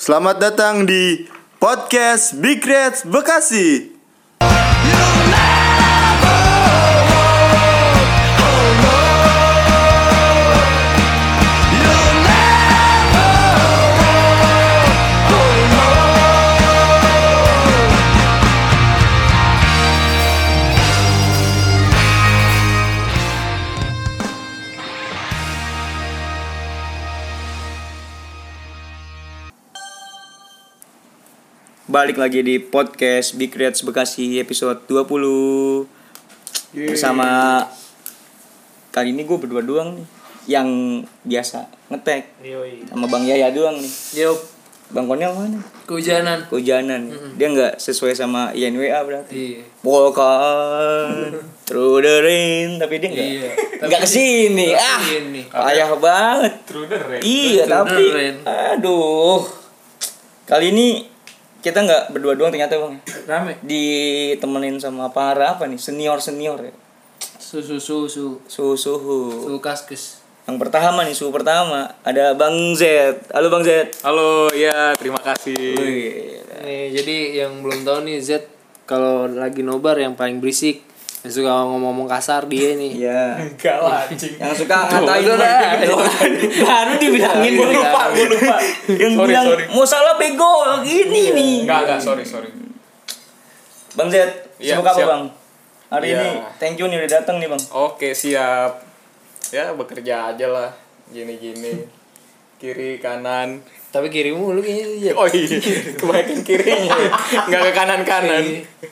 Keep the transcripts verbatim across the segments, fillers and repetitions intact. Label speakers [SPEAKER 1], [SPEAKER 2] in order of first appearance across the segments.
[SPEAKER 1] Selamat datang di podcast Big Reds Bekasi.
[SPEAKER 2] Balik lagi di podcast Big Reds Bekasi episode dua puluh. Yeay. Bersama kali ini gue berdua doang nih yang biasa ngetek. Sama Bang Yaya doang nih.
[SPEAKER 3] Yup.
[SPEAKER 2] Bang Konel mana?
[SPEAKER 3] Kehujanan.
[SPEAKER 2] Kehujanan. Mm-hmm. Dia gak sesuai sama I N W A berarti.
[SPEAKER 3] Iya.
[SPEAKER 2] Volkan through the rain. Tapi dia gak
[SPEAKER 3] Iya.
[SPEAKER 2] Gak kesini. Ah payah banget.
[SPEAKER 4] Through the rain.
[SPEAKER 2] Iya
[SPEAKER 3] Through
[SPEAKER 2] tapi
[SPEAKER 3] the rain.
[SPEAKER 2] Aduh. Kali ini kita nggak berdua doang ternyata bang.
[SPEAKER 3] Rame.
[SPEAKER 2] Ditemenin sama para apa nih senior senior ya.
[SPEAKER 3] Susu susu.
[SPEAKER 2] Suhu suhu.
[SPEAKER 3] Susu kaskus.
[SPEAKER 2] Yang pertama nih suhu pertama ada Bang Z. Halo Bang Z.
[SPEAKER 4] Halo, ya terima kasih.
[SPEAKER 2] Wih.
[SPEAKER 3] Nih jadi yang belum tahu nih Z kalau lagi nobar yang paling berisik. Yang suka ngomong-ngomong kasar dia nih.
[SPEAKER 2] Iya.
[SPEAKER 4] Enggak lah anjing.
[SPEAKER 2] Yang suka ngatain
[SPEAKER 3] Tuh,
[SPEAKER 2] baru dibilangin
[SPEAKER 4] Gue lupa, gue lupa.
[SPEAKER 2] Yang
[SPEAKER 4] Sorry,
[SPEAKER 2] bilang
[SPEAKER 4] sorry.
[SPEAKER 2] mau salah bego ini nih.
[SPEAKER 4] Enggak, enggak, sorry, sorry.
[SPEAKER 2] Bang Z,
[SPEAKER 4] Iya,
[SPEAKER 2] sibuk apa
[SPEAKER 4] siap.
[SPEAKER 2] Bang? Hari
[SPEAKER 4] Iya.
[SPEAKER 2] ini thank you nih udah datang nih Bang.
[SPEAKER 4] Oke, siap. Ya, bekerja aja lah. Gini-gini. Kiri, kanan.
[SPEAKER 3] Tapi kirimu lu kayaknya Z.
[SPEAKER 4] Oh iya, kebanyakan kirinya. Enggak ke kanan-kanan.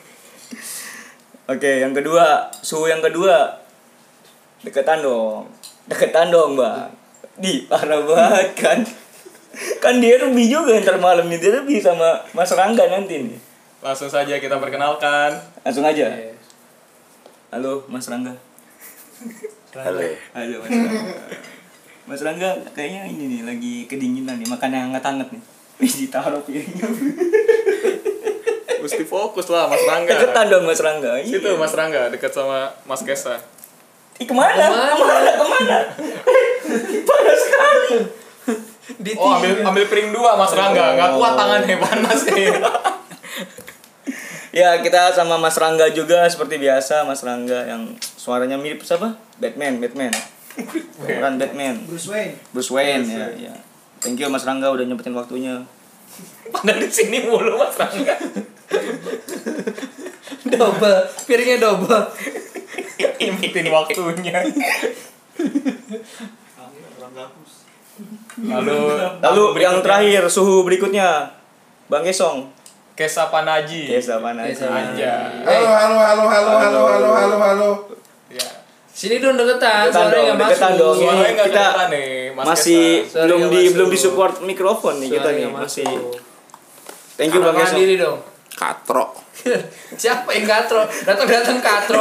[SPEAKER 2] Oke, yang kedua, suhu yang kedua. Deketan dong. Deketan dong, Bang. Di parah banget kan. Kan dia Ruby juga ntar malam nih. Dia Ruby sama Mas Rangga nanti nih.
[SPEAKER 4] Langsung saja kita perkenalkan.
[SPEAKER 2] Langsung aja. Halo, Mas Rangga.
[SPEAKER 4] Halo.
[SPEAKER 2] Halo, Mas Rangga. Mas Rangga kayaknya ini nih lagi kedinginan nih, makan yang hangat-hangat nih. Wih, ditaruh piringnya.
[SPEAKER 4] Mesti fokus lah Mas Rangga.
[SPEAKER 2] Deketan dong Mas Rangga.
[SPEAKER 4] Situ
[SPEAKER 2] Iya.
[SPEAKER 4] Mas Rangga dekat sama Mas Kesa.
[SPEAKER 2] Ih, kemana? Kemana? Kemana? Kemana? Panas sekali.
[SPEAKER 4] Oh, ambil ambil piring dua Mas Rangga. Enggak kuat tangannya panas kayaknya.
[SPEAKER 2] Ya, kita sama Mas Rangga juga seperti biasa. Mas Rangga yang suaranya mirip siapa? Batman, Batman. Bukan Batman.
[SPEAKER 3] Bruce Wayne.
[SPEAKER 2] Bruce Wayne, ya, ya. Thank you Mas Rangga udah nyempetin waktunya.
[SPEAKER 4] Padahal di sini mulu Mas Rangga.
[SPEAKER 3] Double. Piringnya double.
[SPEAKER 4] Nyempetin waktunya. Lalu
[SPEAKER 2] Lalu yang terakhir suhu berikutnya. Bang Kesong.
[SPEAKER 4] Kesa Panaji.
[SPEAKER 2] Kesa Panaji.
[SPEAKER 3] Kesa Panaji.
[SPEAKER 4] Anjay.
[SPEAKER 5] Halo, halo, halo, halo, halo, halo, halo, halo.
[SPEAKER 4] Ya.
[SPEAKER 3] Sini dong deketan,
[SPEAKER 2] Deketan
[SPEAKER 3] suaranya
[SPEAKER 2] dong,
[SPEAKER 3] enggak
[SPEAKER 2] deketan
[SPEAKER 3] masuk.
[SPEAKER 2] dong.
[SPEAKER 4] Suaranya
[SPEAKER 2] Ini
[SPEAKER 4] nggak
[SPEAKER 2] kita
[SPEAKER 4] kedengeran nih, Mas
[SPEAKER 2] masih
[SPEAKER 4] Kesa.
[SPEAKER 3] Suaranya
[SPEAKER 2] belum di
[SPEAKER 3] masuk.
[SPEAKER 2] belum disupport mikrofon nih kita nih.
[SPEAKER 3] Suaranya
[SPEAKER 2] Masih.
[SPEAKER 3] masuk.
[SPEAKER 2] Thank you Bang
[SPEAKER 3] Kanan
[SPEAKER 2] Kesong.
[SPEAKER 3] diri dong.
[SPEAKER 5] Katro.
[SPEAKER 3] Siapa yang katro? Datang-datang katro.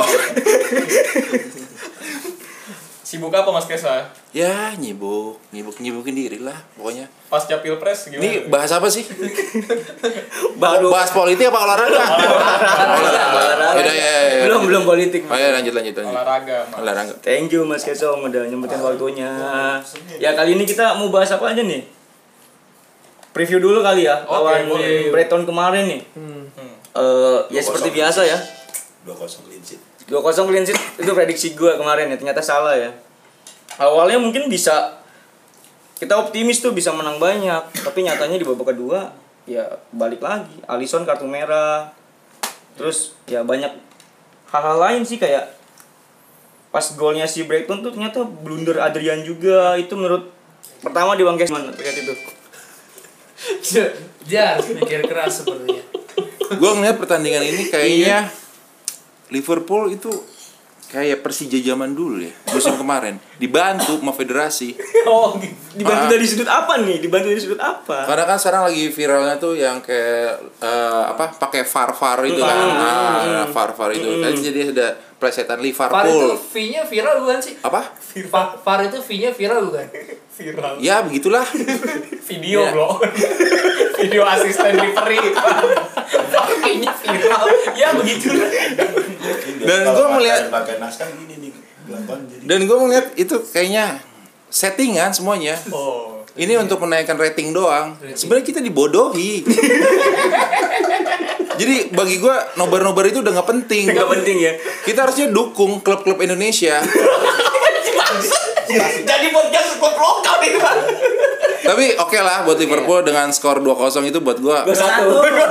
[SPEAKER 4] Sibuk apa Mas Kesa?
[SPEAKER 5] Ya, nyibuk, nyibuk, nyibukin diri lah pokoknya.
[SPEAKER 4] Pasca Pilpres gimana?
[SPEAKER 5] Ini bahas apa sih?
[SPEAKER 2] Baru
[SPEAKER 5] Bahas politik apa olahraga?
[SPEAKER 2] olahraga.
[SPEAKER 5] Yaudah, ya, ya, ya.
[SPEAKER 2] Belum belum politik.
[SPEAKER 5] Oh ya, lanjut, lanjut, lanjut.
[SPEAKER 4] Olahraga, Mas.
[SPEAKER 5] Olahraga.
[SPEAKER 2] Thank you Mas Kesong udah nyempetin waktunya. Ya kali ini kita mau bahas apa aja nih? Preview dulu kali ya
[SPEAKER 4] Oke,
[SPEAKER 2] lawan
[SPEAKER 4] boleh.
[SPEAKER 2] Brighton kemarin nih.
[SPEAKER 3] Hmm.
[SPEAKER 4] Hmm.
[SPEAKER 2] Eh ya seperti biasa ya.
[SPEAKER 5] dua kosong clean sheet.
[SPEAKER 2] dua kosong clean sheet itu prediksi gue kemarin ya, ternyata salah ya. Awalnya mungkin bisa kita optimis tuh bisa menang banyak, tapi nyatanya di babak kedua ya balik lagi. Alisson kartu merah. Terus ya banyak hal-hal lain sih kayak pas golnya si Brighton tuh ternyata blunder Adrian juga. Itu menurut pertama di Bang Kes mana terkait itu.
[SPEAKER 3] Jar, mikir keras sepertinya.
[SPEAKER 5] Gue ngeliat pertandingan ini kayaknya Liverpool itu kayak Persija zaman dulu ya, musim kemarin. Dibantu sama federasi.
[SPEAKER 2] Oh, dibantu
[SPEAKER 5] Ah.
[SPEAKER 2] dari sudut apa nih? Dibantu dari sudut apa?
[SPEAKER 5] Karena kan sekarang lagi viralnya tuh yang kayak eh, apa pakai V A R V A R itu kan,
[SPEAKER 2] Mm.
[SPEAKER 5] ah, V A R V A R itu.
[SPEAKER 2] Mm.
[SPEAKER 5] Kan jadi ada plesetan
[SPEAKER 3] V A R itu
[SPEAKER 5] Liverpool.
[SPEAKER 3] V-nya viral bukan sih?
[SPEAKER 5] Apa?
[SPEAKER 3] V A R itu V-nya viral bukan?
[SPEAKER 4] Viral.
[SPEAKER 5] Ya begitulah.
[SPEAKER 4] Video,
[SPEAKER 5] Ya.
[SPEAKER 4] Bro. Video asisten delivery. Pakainya viral. Ya begitu.
[SPEAKER 5] Dan gue melihat
[SPEAKER 6] pakai naskah gini nih, gampang jadi.
[SPEAKER 5] dan gue melihat itu kayaknya settingan semuanya.
[SPEAKER 4] Oh.
[SPEAKER 5] Ini untuk menaikkan rating doang. Sebenarnya kita dibodohi. Jadi bagi gua nobar-nobar itu udah nggak penting.
[SPEAKER 2] Nggak penting ya.
[SPEAKER 5] Kita harusnya dukung klub-klub Indonesia.
[SPEAKER 2] Jadi podcast klub lokal itu kan.
[SPEAKER 5] Tapi oke lah buat Liverpool dengan skor dua kosong itu buat gua.
[SPEAKER 2] dua satu.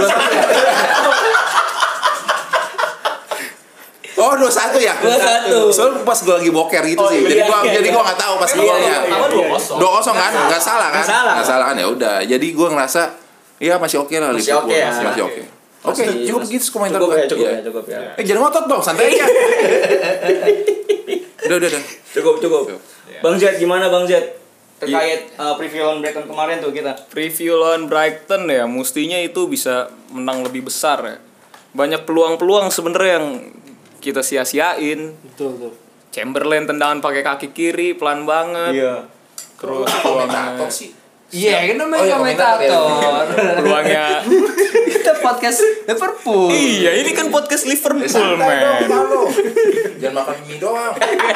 [SPEAKER 5] Oh dua satu ya?
[SPEAKER 2] dua satu.
[SPEAKER 5] Soalnya pas gue lagi boker gitu
[SPEAKER 2] Oh,
[SPEAKER 5] sih.
[SPEAKER 2] iya,
[SPEAKER 5] Jadi gue
[SPEAKER 2] iya,
[SPEAKER 5] jadi
[SPEAKER 2] iya.
[SPEAKER 5] gue nggak tahu pas
[SPEAKER 2] Iya,
[SPEAKER 5] golnya.
[SPEAKER 2] iya,
[SPEAKER 4] dua kosong.
[SPEAKER 5] dua kosong kan? Nggak salah kan?
[SPEAKER 2] Nggak salah.
[SPEAKER 5] Nggak salah kan? Ya udah. Jadi gue ngerasa ya masih oke lah
[SPEAKER 2] Masih
[SPEAKER 5] Liverpool.
[SPEAKER 2] oke ya.
[SPEAKER 5] Masih oke. Oke,
[SPEAKER 2] Masih-
[SPEAKER 5] cukup
[SPEAKER 2] masih-
[SPEAKER 5] gitu komentar
[SPEAKER 2] Cukup
[SPEAKER 5] gua.
[SPEAKER 2] ya, cukup
[SPEAKER 5] Iya.
[SPEAKER 2] ya, cukup ya.
[SPEAKER 5] Eh jangan ngotot dong, santai aja. Udah udah udah.
[SPEAKER 2] Cukup, cukup.
[SPEAKER 5] Iya.
[SPEAKER 2] Bang Zed gimana Bang Zed? Terkait uh, preview lawan Brighton kemarin tuh kita.
[SPEAKER 4] Preview lawan Brighton ya, mestinya itu bisa menang lebih besar ya. Banyak peluang-peluang sebenarnya yang kita sia-siain.
[SPEAKER 3] Betul tuh.
[SPEAKER 4] Chamberlain tendangan pakai kaki kiri pelan banget.
[SPEAKER 2] Iya.
[SPEAKER 4] Terus
[SPEAKER 5] Komentator
[SPEAKER 4] peluangnya
[SPEAKER 5] sih.
[SPEAKER 3] Iya, kan namanya
[SPEAKER 5] Oh, iya,
[SPEAKER 3] komentator.
[SPEAKER 4] peluangnya
[SPEAKER 3] Kita podcast Liverpool.
[SPEAKER 4] Iya, ini kan podcast Liverpool,
[SPEAKER 5] Eh, santai dong,
[SPEAKER 4] man.
[SPEAKER 5] Palo. Jangan makan mie doang.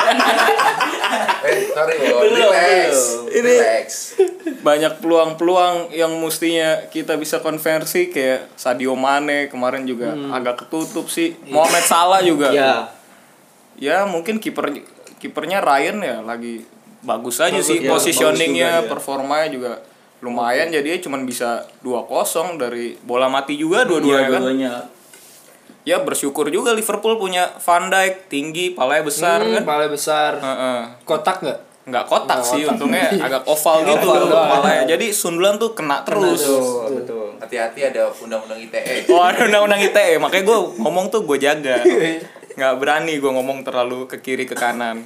[SPEAKER 5] eh, sorry, Wo.
[SPEAKER 2] Belum,
[SPEAKER 5] Relax.
[SPEAKER 2] belum.
[SPEAKER 5] Relax.
[SPEAKER 4] Banyak peluang-peluang yang mestinya kita bisa konversi kayak Sadio Mane kemarin juga agak ketutup sih. Mohamed Salah juga.
[SPEAKER 2] Iya.
[SPEAKER 4] Ya, mungkin kiper kipernya Ryan ya lagi bagus aja sih
[SPEAKER 2] ya,
[SPEAKER 4] positioningnya,
[SPEAKER 2] bagus juga, ya.
[SPEAKER 4] performanya juga lumayan. Jadinya cuma bisa dua kosong dari bola mati juga dua-duanya
[SPEAKER 2] Iya,
[SPEAKER 4] kan.
[SPEAKER 2] dua-duanya.
[SPEAKER 4] Ya bersyukur juga Liverpool punya Van Dijk tinggi, palanya besar
[SPEAKER 3] Hmm,
[SPEAKER 4] kan.
[SPEAKER 3] kepala besar.
[SPEAKER 4] Heeh.
[SPEAKER 3] Kotak nggak?
[SPEAKER 4] Nggak kotak
[SPEAKER 3] Nggak
[SPEAKER 4] sih,
[SPEAKER 3] kotak.
[SPEAKER 4] untungnya agak oval gitu
[SPEAKER 3] Oval doang.
[SPEAKER 4] kepalanya. Jadi sundulan tuh kena terus.
[SPEAKER 2] Betul, betul.
[SPEAKER 5] Hati-hati ada undang-undang I T E.
[SPEAKER 4] Oh ada undang-undang I T E, makanya gue ngomong tuh gue jaga. Nggak berani gue ngomong terlalu ke kiri ke kanan.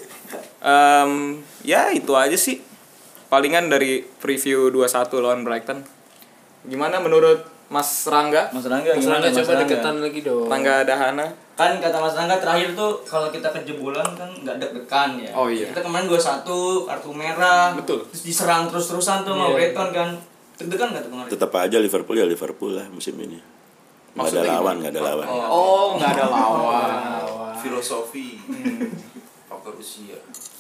[SPEAKER 4] Em, ya itu aja sih. Palingan dari preview dua satu lawan Brighton. Gimana menurut Mas Rangga?
[SPEAKER 2] Mas Rangga
[SPEAKER 3] Mas
[SPEAKER 2] gimana
[SPEAKER 3] Rangga
[SPEAKER 2] Mas
[SPEAKER 3] coba
[SPEAKER 2] Rangga?
[SPEAKER 3] deketan lagi dong.
[SPEAKER 4] Rangga Dahana.
[SPEAKER 2] Kan kata Mas Rangga terakhir tuh kalau kita kejebolan kan nggak deg-degan ya.
[SPEAKER 4] Oh, iya.
[SPEAKER 2] Kita kemarin dua satu kartu merah.
[SPEAKER 4] Betul.
[SPEAKER 2] Terus diserang terus-terusan tuh sama
[SPEAKER 3] Iya.
[SPEAKER 2] Brighton kan. Deg-degan nggak tuh kemarin?
[SPEAKER 1] Tetap aja Liverpool ya Liverpool lah musim ini. Nggak ada
[SPEAKER 4] Maksudnya
[SPEAKER 1] lawan,
[SPEAKER 4] gimana?
[SPEAKER 1] nggak ada lawan.
[SPEAKER 4] Oh nggak ada lawan.
[SPEAKER 5] Filosofi. Faktor usia.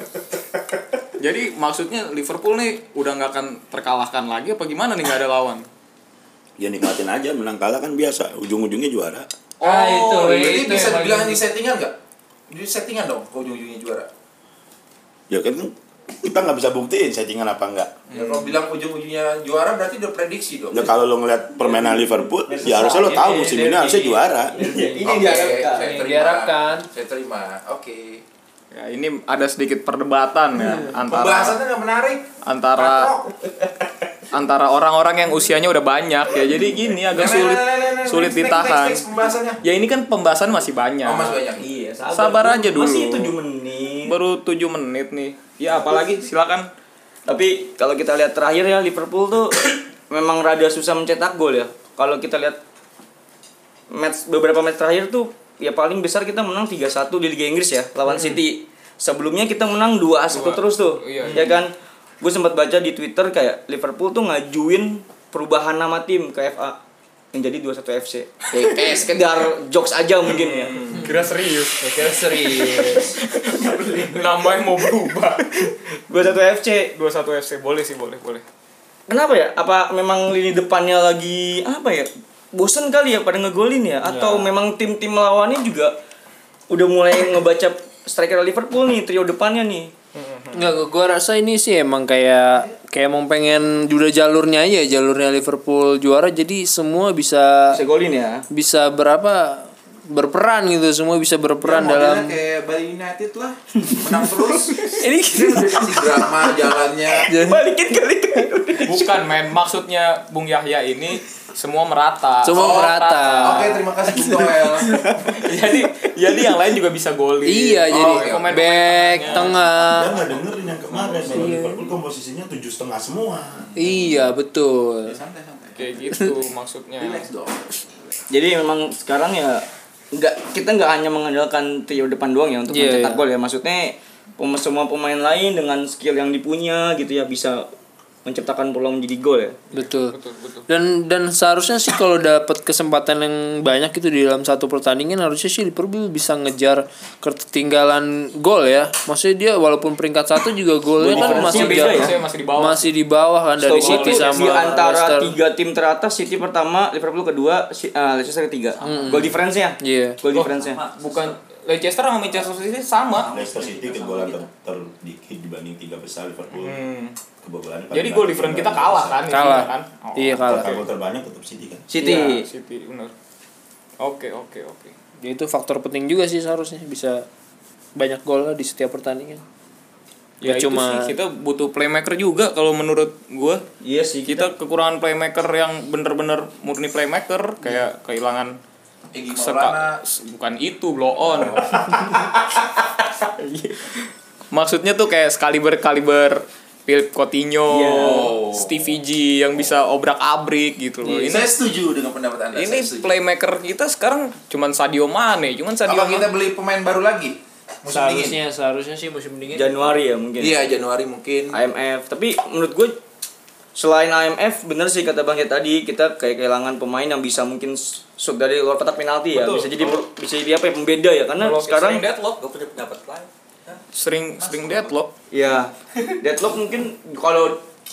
[SPEAKER 4] Jadi maksudnya Liverpool nih udah nggak akan terkalahkan lagi apa gimana nih nggak ada lawan?
[SPEAKER 1] Ya nikmatin aja, menang kalah kan biasa. Ujung-ujungnya juara.
[SPEAKER 3] Ah, itu,
[SPEAKER 5] Jadi
[SPEAKER 3] itu
[SPEAKER 5] bisa
[SPEAKER 3] yang
[SPEAKER 5] dibilang
[SPEAKER 3] paling-
[SPEAKER 5] di settingan nggak? Di settingan dong, kau ujung-ujungnya juara.
[SPEAKER 1] Ya kan kita nggak bisa buktiin settingan apa enggak.
[SPEAKER 5] Ya kalau bilang ujung-ujungnya juara berarti udah prediksi dong.
[SPEAKER 1] Ya kalau lo ngeliat permainan Liverpool, ya harusnya lo tahu musim ini harusnya juara.
[SPEAKER 2] Ini
[SPEAKER 5] Oke,
[SPEAKER 2] diharapkan.
[SPEAKER 5] saya
[SPEAKER 3] Ini
[SPEAKER 5] terima.
[SPEAKER 3] diharapkan.
[SPEAKER 5] Saya terima. Oke.
[SPEAKER 4] Ya ini ada sedikit perdebatan ya antara
[SPEAKER 5] Pembahasannya nggak menarik.
[SPEAKER 4] antara antara orang-orang yang usianya udah banyak ya. Jadi gini agak sulit sulit ditahan.
[SPEAKER 5] Pembahasannya.
[SPEAKER 4] Ya ini kan pembahasan masih banyak.
[SPEAKER 5] Oh, masih banyak.
[SPEAKER 2] Iya,
[SPEAKER 4] Sabar aja dulu.
[SPEAKER 2] Masih tujuh menit.
[SPEAKER 4] Baru tujuh menit nih. Ya apalagi silakan.
[SPEAKER 2] Tapi kalau kita lihat terakhir ya Liverpool tuh memang rada susah mencetak gol ya. Kalau kita lihat match beberapa match terakhir tuh ya paling besar kita menang tiga satu di Liga Inggris ya lawan City. Sebelumnya kita menang dua satu
[SPEAKER 4] Dua.
[SPEAKER 2] terus tuh.
[SPEAKER 4] Iya,
[SPEAKER 2] Ya kan? Gue sempat baca di Twitter kayak Liverpool tuh ngajuin perubahan nama tim ke F A yang jadi dua satu F C. Kayak, kayak sekedar jokes aja mungkin ya.
[SPEAKER 4] Kira serius.
[SPEAKER 3] Kira serius.
[SPEAKER 4] Namanya mau berubah.
[SPEAKER 2] dua satu F C.
[SPEAKER 4] dua satu F C boleh sih, boleh, boleh.
[SPEAKER 2] Kenapa ya? Apa memang lini depannya lagi apa ya? Bosen kali ya pada ngegolin ya? Atau memang tim-tim lawannya juga udah mulai ngebaca striker Liverpool nih, trio depannya nih.
[SPEAKER 3] Enggak, gua rasa ini sih emang kayak kayak emang pengen udah jalurnya aja, jalurnya Liverpool juara jadi semua bisa
[SPEAKER 2] Bisa golin ya.
[SPEAKER 3] bisa berapa berperan gitu, semua bisa berperan
[SPEAKER 5] Ya, modelnya
[SPEAKER 3] dalam
[SPEAKER 5] kayak Bali United lah. Menang terus.
[SPEAKER 3] ini
[SPEAKER 5] Si drama jalannya.
[SPEAKER 2] Balikin kali kan.
[SPEAKER 4] Bukan men, maksudnya Bung Yahya ini semua merata.
[SPEAKER 3] semua
[SPEAKER 5] Oh,
[SPEAKER 3] merata.
[SPEAKER 5] Oke, terima kasih Bung Noel.
[SPEAKER 4] jadi jadi yang lain juga bisa golin.
[SPEAKER 3] Iya,
[SPEAKER 5] Oh,
[SPEAKER 3] jadi
[SPEAKER 5] oke, oke.
[SPEAKER 3] back tengah.
[SPEAKER 1] Dia nggak dengerin yang kemarin kalau Liverpool komposisinya tujuh setengah semua.
[SPEAKER 3] Iya, betul.
[SPEAKER 5] Santai-santai.
[SPEAKER 4] Kayak gitu maksudnya.
[SPEAKER 5] Relax dong.
[SPEAKER 2] Jadi memang sekarang ya nggak kita nggak hanya mengandalkan trio depan doang ya untuk
[SPEAKER 3] Iya,
[SPEAKER 2] mencetak
[SPEAKER 3] iya.
[SPEAKER 2] gol ya. Maksudnya pem- semua pemain lain dengan skill yang dipunya gitu ya bisa menciptakan peluang menjadi gol ya.
[SPEAKER 3] Betul.
[SPEAKER 4] Betul, betul.
[SPEAKER 3] Dan dan seharusnya sih kalau dapat kesempatan yang banyak itu di dalam satu pertandingan harusnya sih Liverpool bisa ngejar ketertinggalan gol ya. Maksudnya dia walaupun peringkat satu juga golnya kan masih
[SPEAKER 2] beda
[SPEAKER 3] jauh,
[SPEAKER 2] ya?
[SPEAKER 4] Masih di bawah.
[SPEAKER 3] masih di bawah kan dari
[SPEAKER 2] Setahu
[SPEAKER 3] City
[SPEAKER 2] gua tuh
[SPEAKER 3] sama
[SPEAKER 2] di antara
[SPEAKER 3] Leicester.
[SPEAKER 2] tiga tim teratas, City pertama, Liverpool kedua, si- uh, Leicester ketiga. Gol difference-nya.
[SPEAKER 3] Iya.
[SPEAKER 2] Gol difference-nya.
[SPEAKER 4] Bukan Leicester sama Manchester City sama.
[SPEAKER 1] Leicester City kebobolan ter, terdikit dibanding tiga besar Liverpool.
[SPEAKER 4] Hmm.
[SPEAKER 1] Kebobolan.
[SPEAKER 4] Jadi gol different kita kalah kan?
[SPEAKER 3] Kalah.
[SPEAKER 4] Kan? Oh,
[SPEAKER 3] Iya kalah.
[SPEAKER 1] Kalau gol terbanyak tetap City kan.
[SPEAKER 2] City.
[SPEAKER 4] Iya, City benar. Oke, oke, oke.
[SPEAKER 3] Ya, itu faktor penting juga sih seharusnya bisa banyak gol lah di setiap pertandingan.
[SPEAKER 4] Ya,
[SPEAKER 3] Ya,
[SPEAKER 4] itu
[SPEAKER 3] cuma
[SPEAKER 4] sih kita butuh playmaker juga kalau menurut gua.
[SPEAKER 2] Iya sih,
[SPEAKER 4] Kita kekurangan playmaker yang bener-bener murni playmaker, kayak kehilangan
[SPEAKER 5] Egi
[SPEAKER 4] seka-
[SPEAKER 5] Maulana.
[SPEAKER 4] bukan itu blow on. Maksudnya tuh kayak kaliber-kaliber Philip Coutinho,
[SPEAKER 2] Iya.
[SPEAKER 4] Stevie G yang bisa obrak-abrik gitu loh. Ini
[SPEAKER 5] Saya setuju dengan pendapat Anda.
[SPEAKER 4] ini
[SPEAKER 5] saya setuju.
[SPEAKER 4] playmaker kita sekarang cuman Sadio Mane, cuman Sadio
[SPEAKER 5] Apa kita
[SPEAKER 4] Mane.
[SPEAKER 5] beli pemain baru lagi? Musim dingin.
[SPEAKER 3] seharusnya seharusnya sih musim dingin.
[SPEAKER 2] Januari ya mungkin.
[SPEAKER 5] Iya, Januari mungkin.
[SPEAKER 2] I M F. Tapi menurut gue selain I M F bener sih kata Bang Jet tadi, kita kayak kehilangan pemain yang bisa mungkin shoot dari luar kotak penalti ya.
[SPEAKER 4] Betul.
[SPEAKER 2] Bisa jadi bisa jadi apa ya, pembeda ya, karena
[SPEAKER 4] Kalau
[SPEAKER 2] sekarang
[SPEAKER 4] sering deadlock,
[SPEAKER 6] Gue punya pendapat lain.
[SPEAKER 4] sering sering deadlock.
[SPEAKER 2] ya deadlock mungkin kalau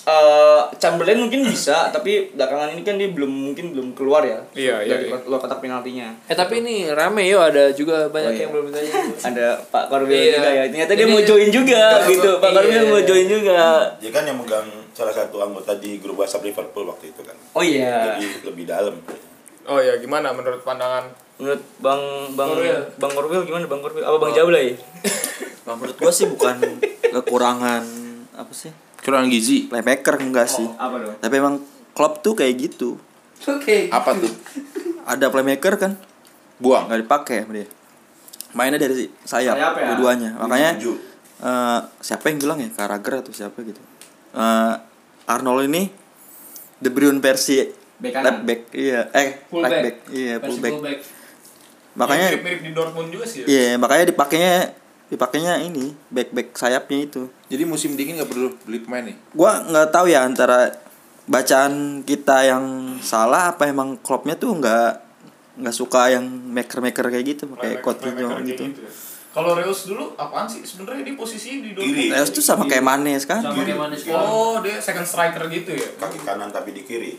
[SPEAKER 2] uh, Chamberlain mungkin bisa, tapi belakangan ini kan dia belum mungkin belum keluar ya.
[SPEAKER 4] Iya, iya,
[SPEAKER 2] dari
[SPEAKER 4] iya.
[SPEAKER 2] luar kotak penaltinya.
[SPEAKER 3] Eh tapi ini rame yo, ada juga banyak
[SPEAKER 2] Oh, iya.
[SPEAKER 3] yang belum ditanya.
[SPEAKER 2] Ada Pak Korwil
[SPEAKER 3] Iya.
[SPEAKER 2] juga ya. Ternyata dia
[SPEAKER 3] Ini-
[SPEAKER 2] mau join juga gitu. Pak
[SPEAKER 3] Iya.
[SPEAKER 2] Korwil mau join juga.
[SPEAKER 1] Dia kan yang megang salah satu anggota di grup WhatsApp Liverpool waktu itu kan.
[SPEAKER 2] Oh iya.
[SPEAKER 1] Jadi lebih dalam.
[SPEAKER 4] Oh ya, gimana menurut pandangan?
[SPEAKER 2] Menurut Bang Bang
[SPEAKER 3] Korwil.
[SPEAKER 2] Bang Korwil gimana Bang Korwil? Apa Bang Jablay?
[SPEAKER 6] Nah, menurut gue sih bukan kekurangan apa sih
[SPEAKER 5] Kurang gizi.
[SPEAKER 6] playmaker enggak sih.
[SPEAKER 2] Apa dong?
[SPEAKER 6] Tapi emang Klopp tuh kayak gitu.
[SPEAKER 3] Oke.
[SPEAKER 5] Apa tuh?
[SPEAKER 6] Ada playmaker kan
[SPEAKER 5] Buang.
[SPEAKER 6] nggak dipakai sama dia. Mainnya dari sayap,
[SPEAKER 2] Sayap ya?
[SPEAKER 6] dua-duanya. Makanya
[SPEAKER 1] Setuju.
[SPEAKER 6] eh, siapa yang bilang ya, Carragher atau siapa gitu. Eh, Arnold ini De Bruyne versi
[SPEAKER 2] Bek kanan.
[SPEAKER 6] left back. Iya, eh
[SPEAKER 3] Full
[SPEAKER 6] right
[SPEAKER 3] back.
[SPEAKER 6] back. Iya,
[SPEAKER 3] Versi
[SPEAKER 6] full back.
[SPEAKER 3] fullback.
[SPEAKER 6] Makanya
[SPEAKER 4] mirip-mirip di Dortmund juga sih. Ya?
[SPEAKER 6] iya, makanya dipakainya dipakainya ini back-back sayapnya itu.
[SPEAKER 5] Jadi musim dingin nggak perlu beli pemain nih.
[SPEAKER 6] Gua nggak tahu ya antara bacaan kita yang salah apa emang Kloppnya tuh nggak nggak suka yang maker-maker kayak gitu, kayak Coutinho gitu.
[SPEAKER 4] ya. Kalau Reus dulu apaan sih sebenarnya di posisi di
[SPEAKER 1] Kiri.
[SPEAKER 6] Reus tuh sama kayak Mane kan.
[SPEAKER 3] Sama kayak mana sekarang?
[SPEAKER 4] Oh, dia second striker gitu ya.
[SPEAKER 1] Kaki kanan tapi di kiri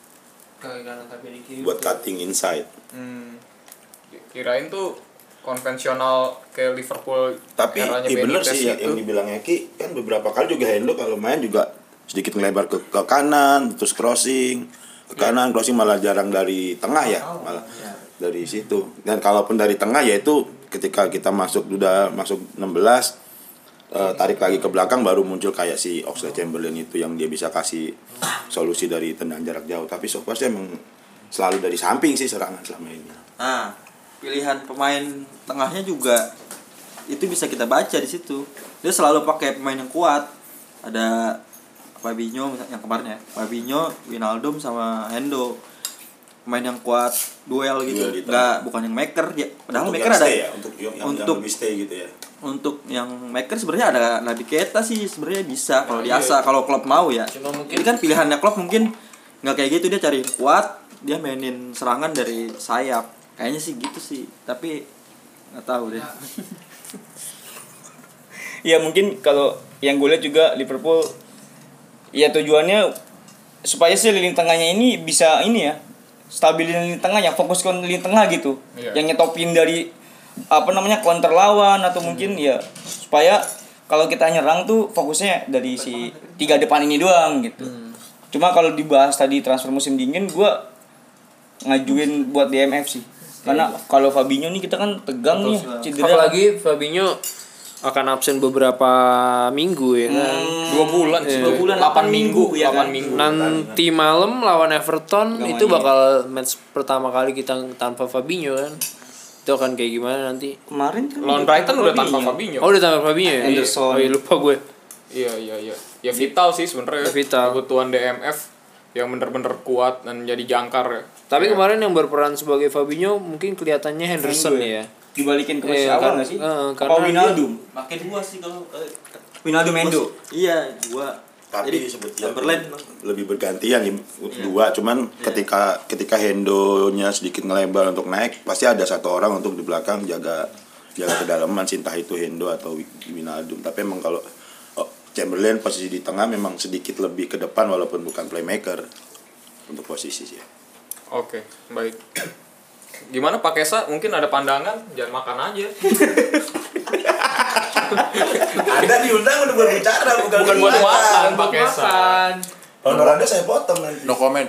[SPEAKER 3] Kaki kanan tapi di kiri.
[SPEAKER 1] buat cutting inside.
[SPEAKER 4] Hmm. Kirain tuh konvensional kayak Liverpool
[SPEAKER 1] Tapi
[SPEAKER 4] eranya
[SPEAKER 1] iya bener
[SPEAKER 4] Benitez
[SPEAKER 1] sih ya,
[SPEAKER 4] itu.
[SPEAKER 1] yang dibilang Eki kan beberapa kali juga Hendo kalau main juga sedikit melebar ke, ke kanan terus crossing ke kanan crossing malah jarang dari tengah ya malah dari situ. Dan kalaupun dari tengah ya itu ketika kita masuk udah masuk enam belas eh, tarik lagi ke belakang baru muncul kayak si Oxlade-Chamberlain itu yang dia bisa kasih solusi dari tendangan jarak jauh. Tapi so far sih emang selalu dari samping sih serangan selama ini.
[SPEAKER 6] Nah, pilihan pemain tengahnya juga itu bisa kita baca di situ. Dia selalu pakai pemain yang kuat. Ada Fabinho yang kemarin ya, Fabinho, Wijnaldum sama Hendo. Pemain yang kuat, duel gitu.
[SPEAKER 1] Duel di
[SPEAKER 6] Enggak, bukan yang maker dia. Padahal
[SPEAKER 1] Untuk
[SPEAKER 6] maker
[SPEAKER 1] yang
[SPEAKER 6] ada
[SPEAKER 1] stay ya, untuk yang, yang,
[SPEAKER 6] untuk
[SPEAKER 1] yang lebih stay gitu ya.
[SPEAKER 6] untuk yang maker sebenarnya ada Naby Keita sih sebenarnya bisa kalau
[SPEAKER 4] Nah,
[SPEAKER 6] diasah
[SPEAKER 4] iya.
[SPEAKER 6] kalau Klopp mau ya.
[SPEAKER 3] Cuma mungkin-
[SPEAKER 6] Ini kan pilihannya Klopp mungkin nggak kayak gitu, dia cari yang kuat, dia mainin serangan dari sayap. Kayaknya sih gitu sih, tapi nggak tahu deh.
[SPEAKER 2] Ya mungkin kalau yang gue lihat juga Liverpool ya tujuannya supaya sih lini tengahnya ini bisa ini ya stabilin lini tengah, yang fokus ke lini tengah gitu.
[SPEAKER 4] Iya.
[SPEAKER 2] Yang nyetopin dari apa namanya counter lawan atau mungkin ya supaya kalau kita nyerang tuh fokusnya dari si tiga depan ini doang gitu. Cuma kalau dibahas tadi transfer musim dingin, gue ngajuin buat D M F sih. Karena kalau Fabinho nih kita kan tegang nih cedera.
[SPEAKER 3] Apalagi Fabinho akan absen beberapa minggu ya kan.
[SPEAKER 4] Dua bulan sih.
[SPEAKER 2] Dua bulan,
[SPEAKER 4] delapan
[SPEAKER 2] delapan
[SPEAKER 4] minggu,
[SPEAKER 2] minggu, ya
[SPEAKER 4] delapan
[SPEAKER 2] kan?
[SPEAKER 4] minggu.
[SPEAKER 3] Nanti malam lawan Everton
[SPEAKER 2] Gak
[SPEAKER 3] itu
[SPEAKER 2] main.
[SPEAKER 3] bakal match pertama kali kita tanpa Fabinho kan. Itu akan kayak gimana nanti?
[SPEAKER 2] Kemarin kan
[SPEAKER 4] Lawan Brighton udah tanpa Fabinho.
[SPEAKER 3] Oh udah tanpa Fabinho ya?
[SPEAKER 2] Henderson.
[SPEAKER 3] Oh iya lupa gue.
[SPEAKER 4] Iya iya iya. Ya vital sih sebenarnya.
[SPEAKER 3] Ya, vital.
[SPEAKER 4] Kebutuhan D M F yang bener-bener kuat dan jadi jangkar ya.
[SPEAKER 3] Tapi
[SPEAKER 4] Ya.
[SPEAKER 3] kemarin yang berperan sebagai Fabinho mungkin kelihatannya Henderson
[SPEAKER 2] Henderson
[SPEAKER 3] ya.
[SPEAKER 2] dibalikin ke
[SPEAKER 3] Iya,
[SPEAKER 2] posisi awal
[SPEAKER 3] kan-
[SPEAKER 2] nggak sih?
[SPEAKER 3] eh,
[SPEAKER 2] Apa
[SPEAKER 3] karena
[SPEAKER 2] Wijnaldum?
[SPEAKER 6] Makin gua sih kalau
[SPEAKER 2] Wijnaldum Endo.
[SPEAKER 6] Iya, gua
[SPEAKER 1] tapi sebetulnya
[SPEAKER 6] Chamberlain
[SPEAKER 1] lebih bergantian ya, dua cuman ketika ketika Hendo-nya sedikit ngelebar untuk naik pasti ada satu orang untuk di belakang jaga jaga kedalaman sih, entah itu Hendo atau Wijnaldum. Tapi emang kalau oh, Chamberlain posisi di tengah memang sedikit lebih ke depan walaupun bukan playmaker untuk posisi sih.
[SPEAKER 4] Oke, baik. Gimana Pak Kesa? Mungkin ada pandangan, jangan makan aja.
[SPEAKER 1] Anda diundang untuk berbicara bukan,
[SPEAKER 4] Bukan buat makan, Pak
[SPEAKER 3] Buat
[SPEAKER 4] Kesa.
[SPEAKER 3] makan.
[SPEAKER 1] Honor Anda saya potong nanti.
[SPEAKER 5] No comment.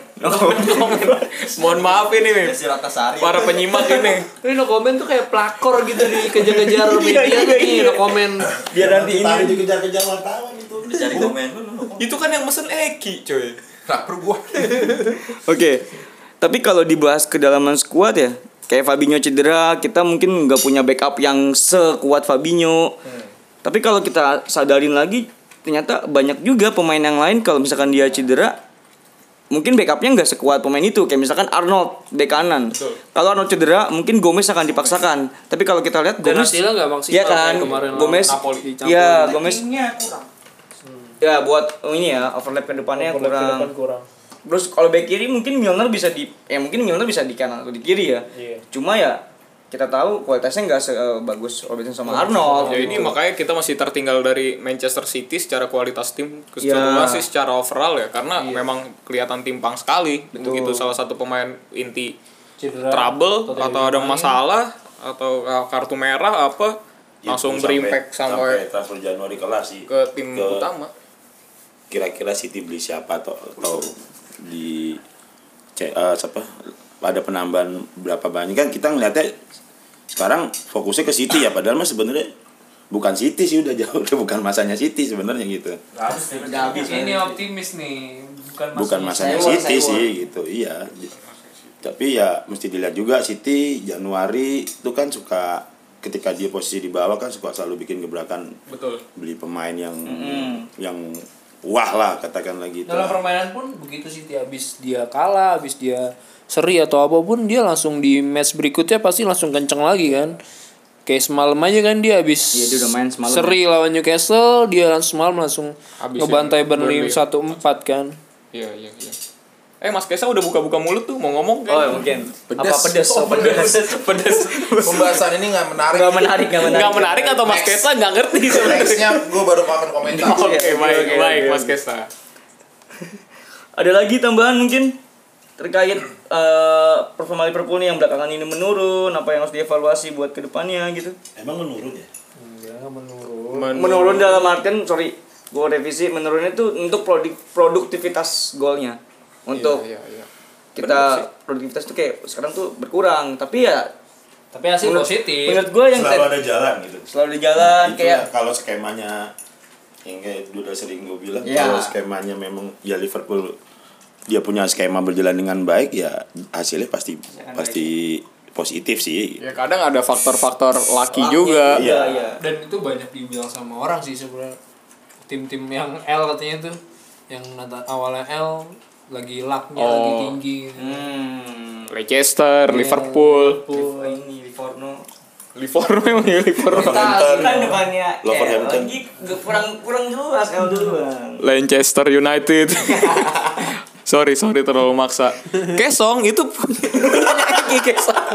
[SPEAKER 4] Mohon maaf ini nih,
[SPEAKER 6] Desi Ratnasari.
[SPEAKER 4] para penyimak ini.
[SPEAKER 3] Ini no comment tuh kayak pelakor gitu dikejar-kejar media tuh nih no comment.
[SPEAKER 2] Biar nanti ini
[SPEAKER 1] dikejar-kejar wartawan itu.
[SPEAKER 6] Dicari komen dulu.
[SPEAKER 4] Itu kan yang mesen Eki, coy.
[SPEAKER 5] Lapar gua.
[SPEAKER 2] Oke. Tapi kalau dibahas kedalaman skuad ya, kayak Fabinho cedera, kita mungkin nggak punya backup yang sekuat Fabinho. Hmm. Tapi kalau kita sadarin lagi, ternyata banyak juga pemain yang lain kalau misalkan dia cedera, mungkin backupnya nggak sekuat pemain itu. Kayak misalkan Arnold bek kanan.
[SPEAKER 4] Betul.
[SPEAKER 2] Kalau Arnold cedera, mungkin Gomez akan dipaksakan. Tapi kalau kita lihat
[SPEAKER 3] Dan
[SPEAKER 2] Gomez,
[SPEAKER 3] hasilnya nggak maksimal
[SPEAKER 2] ya kan,
[SPEAKER 3] kayak kemarin lawan
[SPEAKER 2] Gomez,
[SPEAKER 4] Napoli.
[SPEAKER 2] ya Gomez,
[SPEAKER 6] Tingnya kurang.
[SPEAKER 2] ya buat ini ya overlap ke depannya
[SPEAKER 3] Overlap ke
[SPEAKER 2] kurang.
[SPEAKER 3] depan kurang.
[SPEAKER 2] Terus kalau back kiri mungkin Milner bisa di ya mungkin Milner bisa di kanan atau di kiri ya.
[SPEAKER 3] Iya.
[SPEAKER 2] Cuma ya kita tahu kualitasnya nggak sebagus Robertson sama Arnold.
[SPEAKER 4] Ya ini makanya kita masih tertinggal dari Manchester City secara kualitas tim,
[SPEAKER 2] Ya.
[SPEAKER 4] keseluruhan sih secara overall ya, karena
[SPEAKER 3] Iya.
[SPEAKER 4] memang kelihatan timpang sekali. Begitu salah satu pemain inti
[SPEAKER 3] Cedera,
[SPEAKER 4] trouble
[SPEAKER 3] atau
[SPEAKER 4] atau,
[SPEAKER 3] tidak
[SPEAKER 4] ada
[SPEAKER 3] main.
[SPEAKER 4] masalah atau kartu merah apa langsung
[SPEAKER 1] Itu
[SPEAKER 4] berimpact sampai,
[SPEAKER 1] sampai transfer Januari kelas sih
[SPEAKER 4] ke tim
[SPEAKER 1] Ke-
[SPEAKER 4] utama.
[SPEAKER 1] kira-kira City beli siapa atau atau di C, uh, siapa ada penambahan berapa banyak kan kita ngeliatnya sekarang fokusnya ke City ya, padahal mah sebenarnya bukan City sih, udah jauh udah bukan masanya City sebenarnya gitu,
[SPEAKER 6] Udah habis.
[SPEAKER 3] Ini optimis nih, bukan
[SPEAKER 1] bukan masanya
[SPEAKER 2] Sewa,
[SPEAKER 1] City
[SPEAKER 2] sewa.
[SPEAKER 1] sih gitu. Iya, tapi ya mesti dilihat juga City Januari itu kan suka ketika dia posisi di bawah kan suka selalu bikin gebrakan
[SPEAKER 4] Betul.
[SPEAKER 1] beli pemain yang yang wah lah katakanlah gitu.
[SPEAKER 3] Dalam permainan pun begitu sih, habis dia kalah, habis dia seri atau apapun, dia langsung di match berikutnya pasti langsung kenceng lagi kan. Kayak semalam aja kan dia habis
[SPEAKER 2] Iya, dia udah main semalam.
[SPEAKER 3] seri lawan Newcastle, dia langsung semalam langsung
[SPEAKER 4] Habis
[SPEAKER 3] ngebantai
[SPEAKER 4] yang
[SPEAKER 3] Burnley
[SPEAKER 4] Burnley.
[SPEAKER 3] satu empat kan.
[SPEAKER 4] Iya, iya, iya. Eh Mas Kesa udah buka-buka mulut tuh mau ngomong
[SPEAKER 2] Oh
[SPEAKER 4] kan?
[SPEAKER 2] ya, mungkin
[SPEAKER 5] Pedes.
[SPEAKER 2] apa pedes? Oh, pedes.
[SPEAKER 4] Pedes.
[SPEAKER 5] Pembahasan ini nggak menarik.
[SPEAKER 2] Gak menarik, gak menarik.
[SPEAKER 4] Nggak menarik atau Mas
[SPEAKER 5] Next.
[SPEAKER 4] Kesa nggak ngerti sebenarnya?
[SPEAKER 5] Nextnya gue baru akan komentar.
[SPEAKER 4] Oke,
[SPEAKER 2] Oke,
[SPEAKER 4] baik,
[SPEAKER 2] oke,
[SPEAKER 4] baik
[SPEAKER 2] oke,
[SPEAKER 4] Mas
[SPEAKER 2] oke.
[SPEAKER 4] Kesa.
[SPEAKER 2] Ada lagi tambahan mungkin terkait eh, performa Liverpool nih yang belakangan ini menurun, apa yang harus dievaluasi buat kedepannya gitu?
[SPEAKER 1] Emang menurun ya?
[SPEAKER 3] Enggak menurun.
[SPEAKER 4] Men-
[SPEAKER 2] Menurun dalam artian, sorry, gue revisi, menurunnya itu untuk produk produktivitas golnya. Untuk
[SPEAKER 4] Iya, iya, iya.
[SPEAKER 2] kita produktivitas tuh kayak sekarang tuh berkurang, tapi ya
[SPEAKER 3] Tapi hasil
[SPEAKER 2] menurut,
[SPEAKER 3] positif.
[SPEAKER 2] menurut gue yang
[SPEAKER 1] Selalu
[SPEAKER 2] te-
[SPEAKER 1] ada jalan gitu.
[SPEAKER 2] selalu di jalan
[SPEAKER 1] Itu
[SPEAKER 2] kayak
[SPEAKER 1] ya, kalau skemanya yang kayak udah sering gue bilang,
[SPEAKER 2] Ya.
[SPEAKER 1] kalau skemanya memang ya Liverpool dia punya skema berjalan dengan baik ya hasilnya pasti
[SPEAKER 2] Dengan
[SPEAKER 1] pasti positif sih.
[SPEAKER 4] Ya kadang ada faktor-faktor laki juga.
[SPEAKER 1] Iya.
[SPEAKER 2] iya.
[SPEAKER 3] Dan itu banyak dibilang sama orang sih sebenarnya. Tim-tim yang L katanya tuh, yang nata- awalnya L lagi lucknya
[SPEAKER 4] Oh.
[SPEAKER 3] lagi tinggi.
[SPEAKER 2] Hmm.
[SPEAKER 4] Leicester, Liverpool,
[SPEAKER 2] Liverpool ini Livorno.
[SPEAKER 4] Livorno emang ya Livorno.
[SPEAKER 2] Kan depannya L
[SPEAKER 1] Wolverhampton.
[SPEAKER 2] lagi kurang kurang jelas L duluan.
[SPEAKER 4] Manchester United. sorry, sorry terlalu maksa. Kesong itu punyanya Eki Kesong.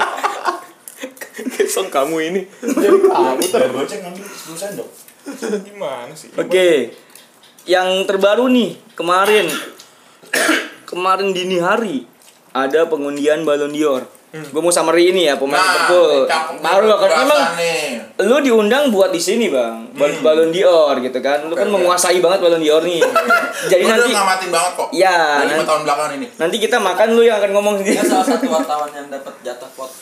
[SPEAKER 4] Kesong kamu ini. Jadi kamu ter
[SPEAKER 1] Goceng ngambil sepuluh sendok.
[SPEAKER 4] gimana sih?
[SPEAKER 2] Oke. Yang terbaru nih kemarin kemarin dini hari ada pengundian Ballon d'Or. Gue mau summary ini ya pemain Liverpool. Baru loh kan emang lu diundang buat di sini bang, buat Ballon d'Or gitu kan. Lu kan
[SPEAKER 5] Oke,
[SPEAKER 2] menguasai banget Ballon d'Or nih. Jadi
[SPEAKER 5] Gue
[SPEAKER 2] nanti
[SPEAKER 5] udah ngamatin banget kok.
[SPEAKER 2] ya
[SPEAKER 5] Dari lima
[SPEAKER 2] nanti,
[SPEAKER 5] tahun belakangan ini.
[SPEAKER 2] nanti kita makan lu yang akan ngomong sendiri.
[SPEAKER 6] Dia salah satu wartawan yang dapat jatah pot.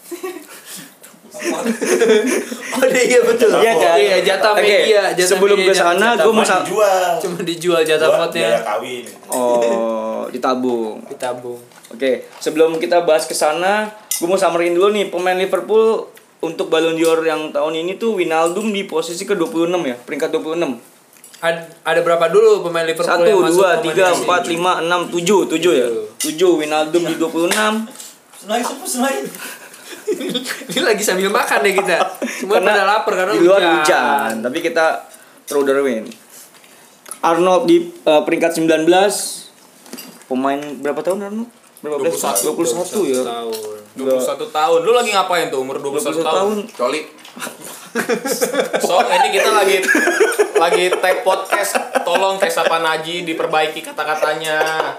[SPEAKER 2] Oh iya betul. Iya kan?
[SPEAKER 3] Iya, jatah
[SPEAKER 2] Oke,
[SPEAKER 3] media, jatah
[SPEAKER 2] sebelum
[SPEAKER 3] media,
[SPEAKER 2] ke sana
[SPEAKER 3] jatah
[SPEAKER 2] gue mau
[SPEAKER 3] pot
[SPEAKER 2] sa-
[SPEAKER 1] Dijual.
[SPEAKER 3] Cuma dijual jatah
[SPEAKER 1] Buat
[SPEAKER 3] potnya,
[SPEAKER 1] biaya kawin.
[SPEAKER 2] Oh, ditabung.
[SPEAKER 3] ditabung.
[SPEAKER 2] Oke, sebelum kita bahas ke sana, gue mau summarin dulu nih pemain Liverpool untuk Ballon d'Or yang tahun ini tuh Wijnaldum di posisi ke dua puluh enam ya, peringkat dua puluh enam.
[SPEAKER 3] Ada, ada berapa dulu pemain Liverpool
[SPEAKER 2] satu,
[SPEAKER 3] yang masuk
[SPEAKER 2] dua,
[SPEAKER 3] pemain
[SPEAKER 2] tiga,
[SPEAKER 3] ini?
[SPEAKER 2] empat, lima, enam, tujuh, tujuh ya. tujuh Wijnaldum di dua puluh enam.
[SPEAKER 6] Selain semua selain.
[SPEAKER 3] Ini lagi sambil makan ya kita. Semua
[SPEAKER 2] Karena
[SPEAKER 3] pada lapar karena
[SPEAKER 2] di luar
[SPEAKER 3] hujan.
[SPEAKER 2] hujan, tapi kita throw the win. Arnold di uh, peringkat sembilan belas. Pemain berapa tahun Arnold? Berapa belas? dua puluh satu ya.
[SPEAKER 4] dua puluh satu tahun. Lu lagi ngapain tuh umur dua puluh satu tahun?
[SPEAKER 5] Coli.
[SPEAKER 4] So, ini kita lagi lagi tag podcast. Tolong Tessa Panaji diperbaiki kata-katanya.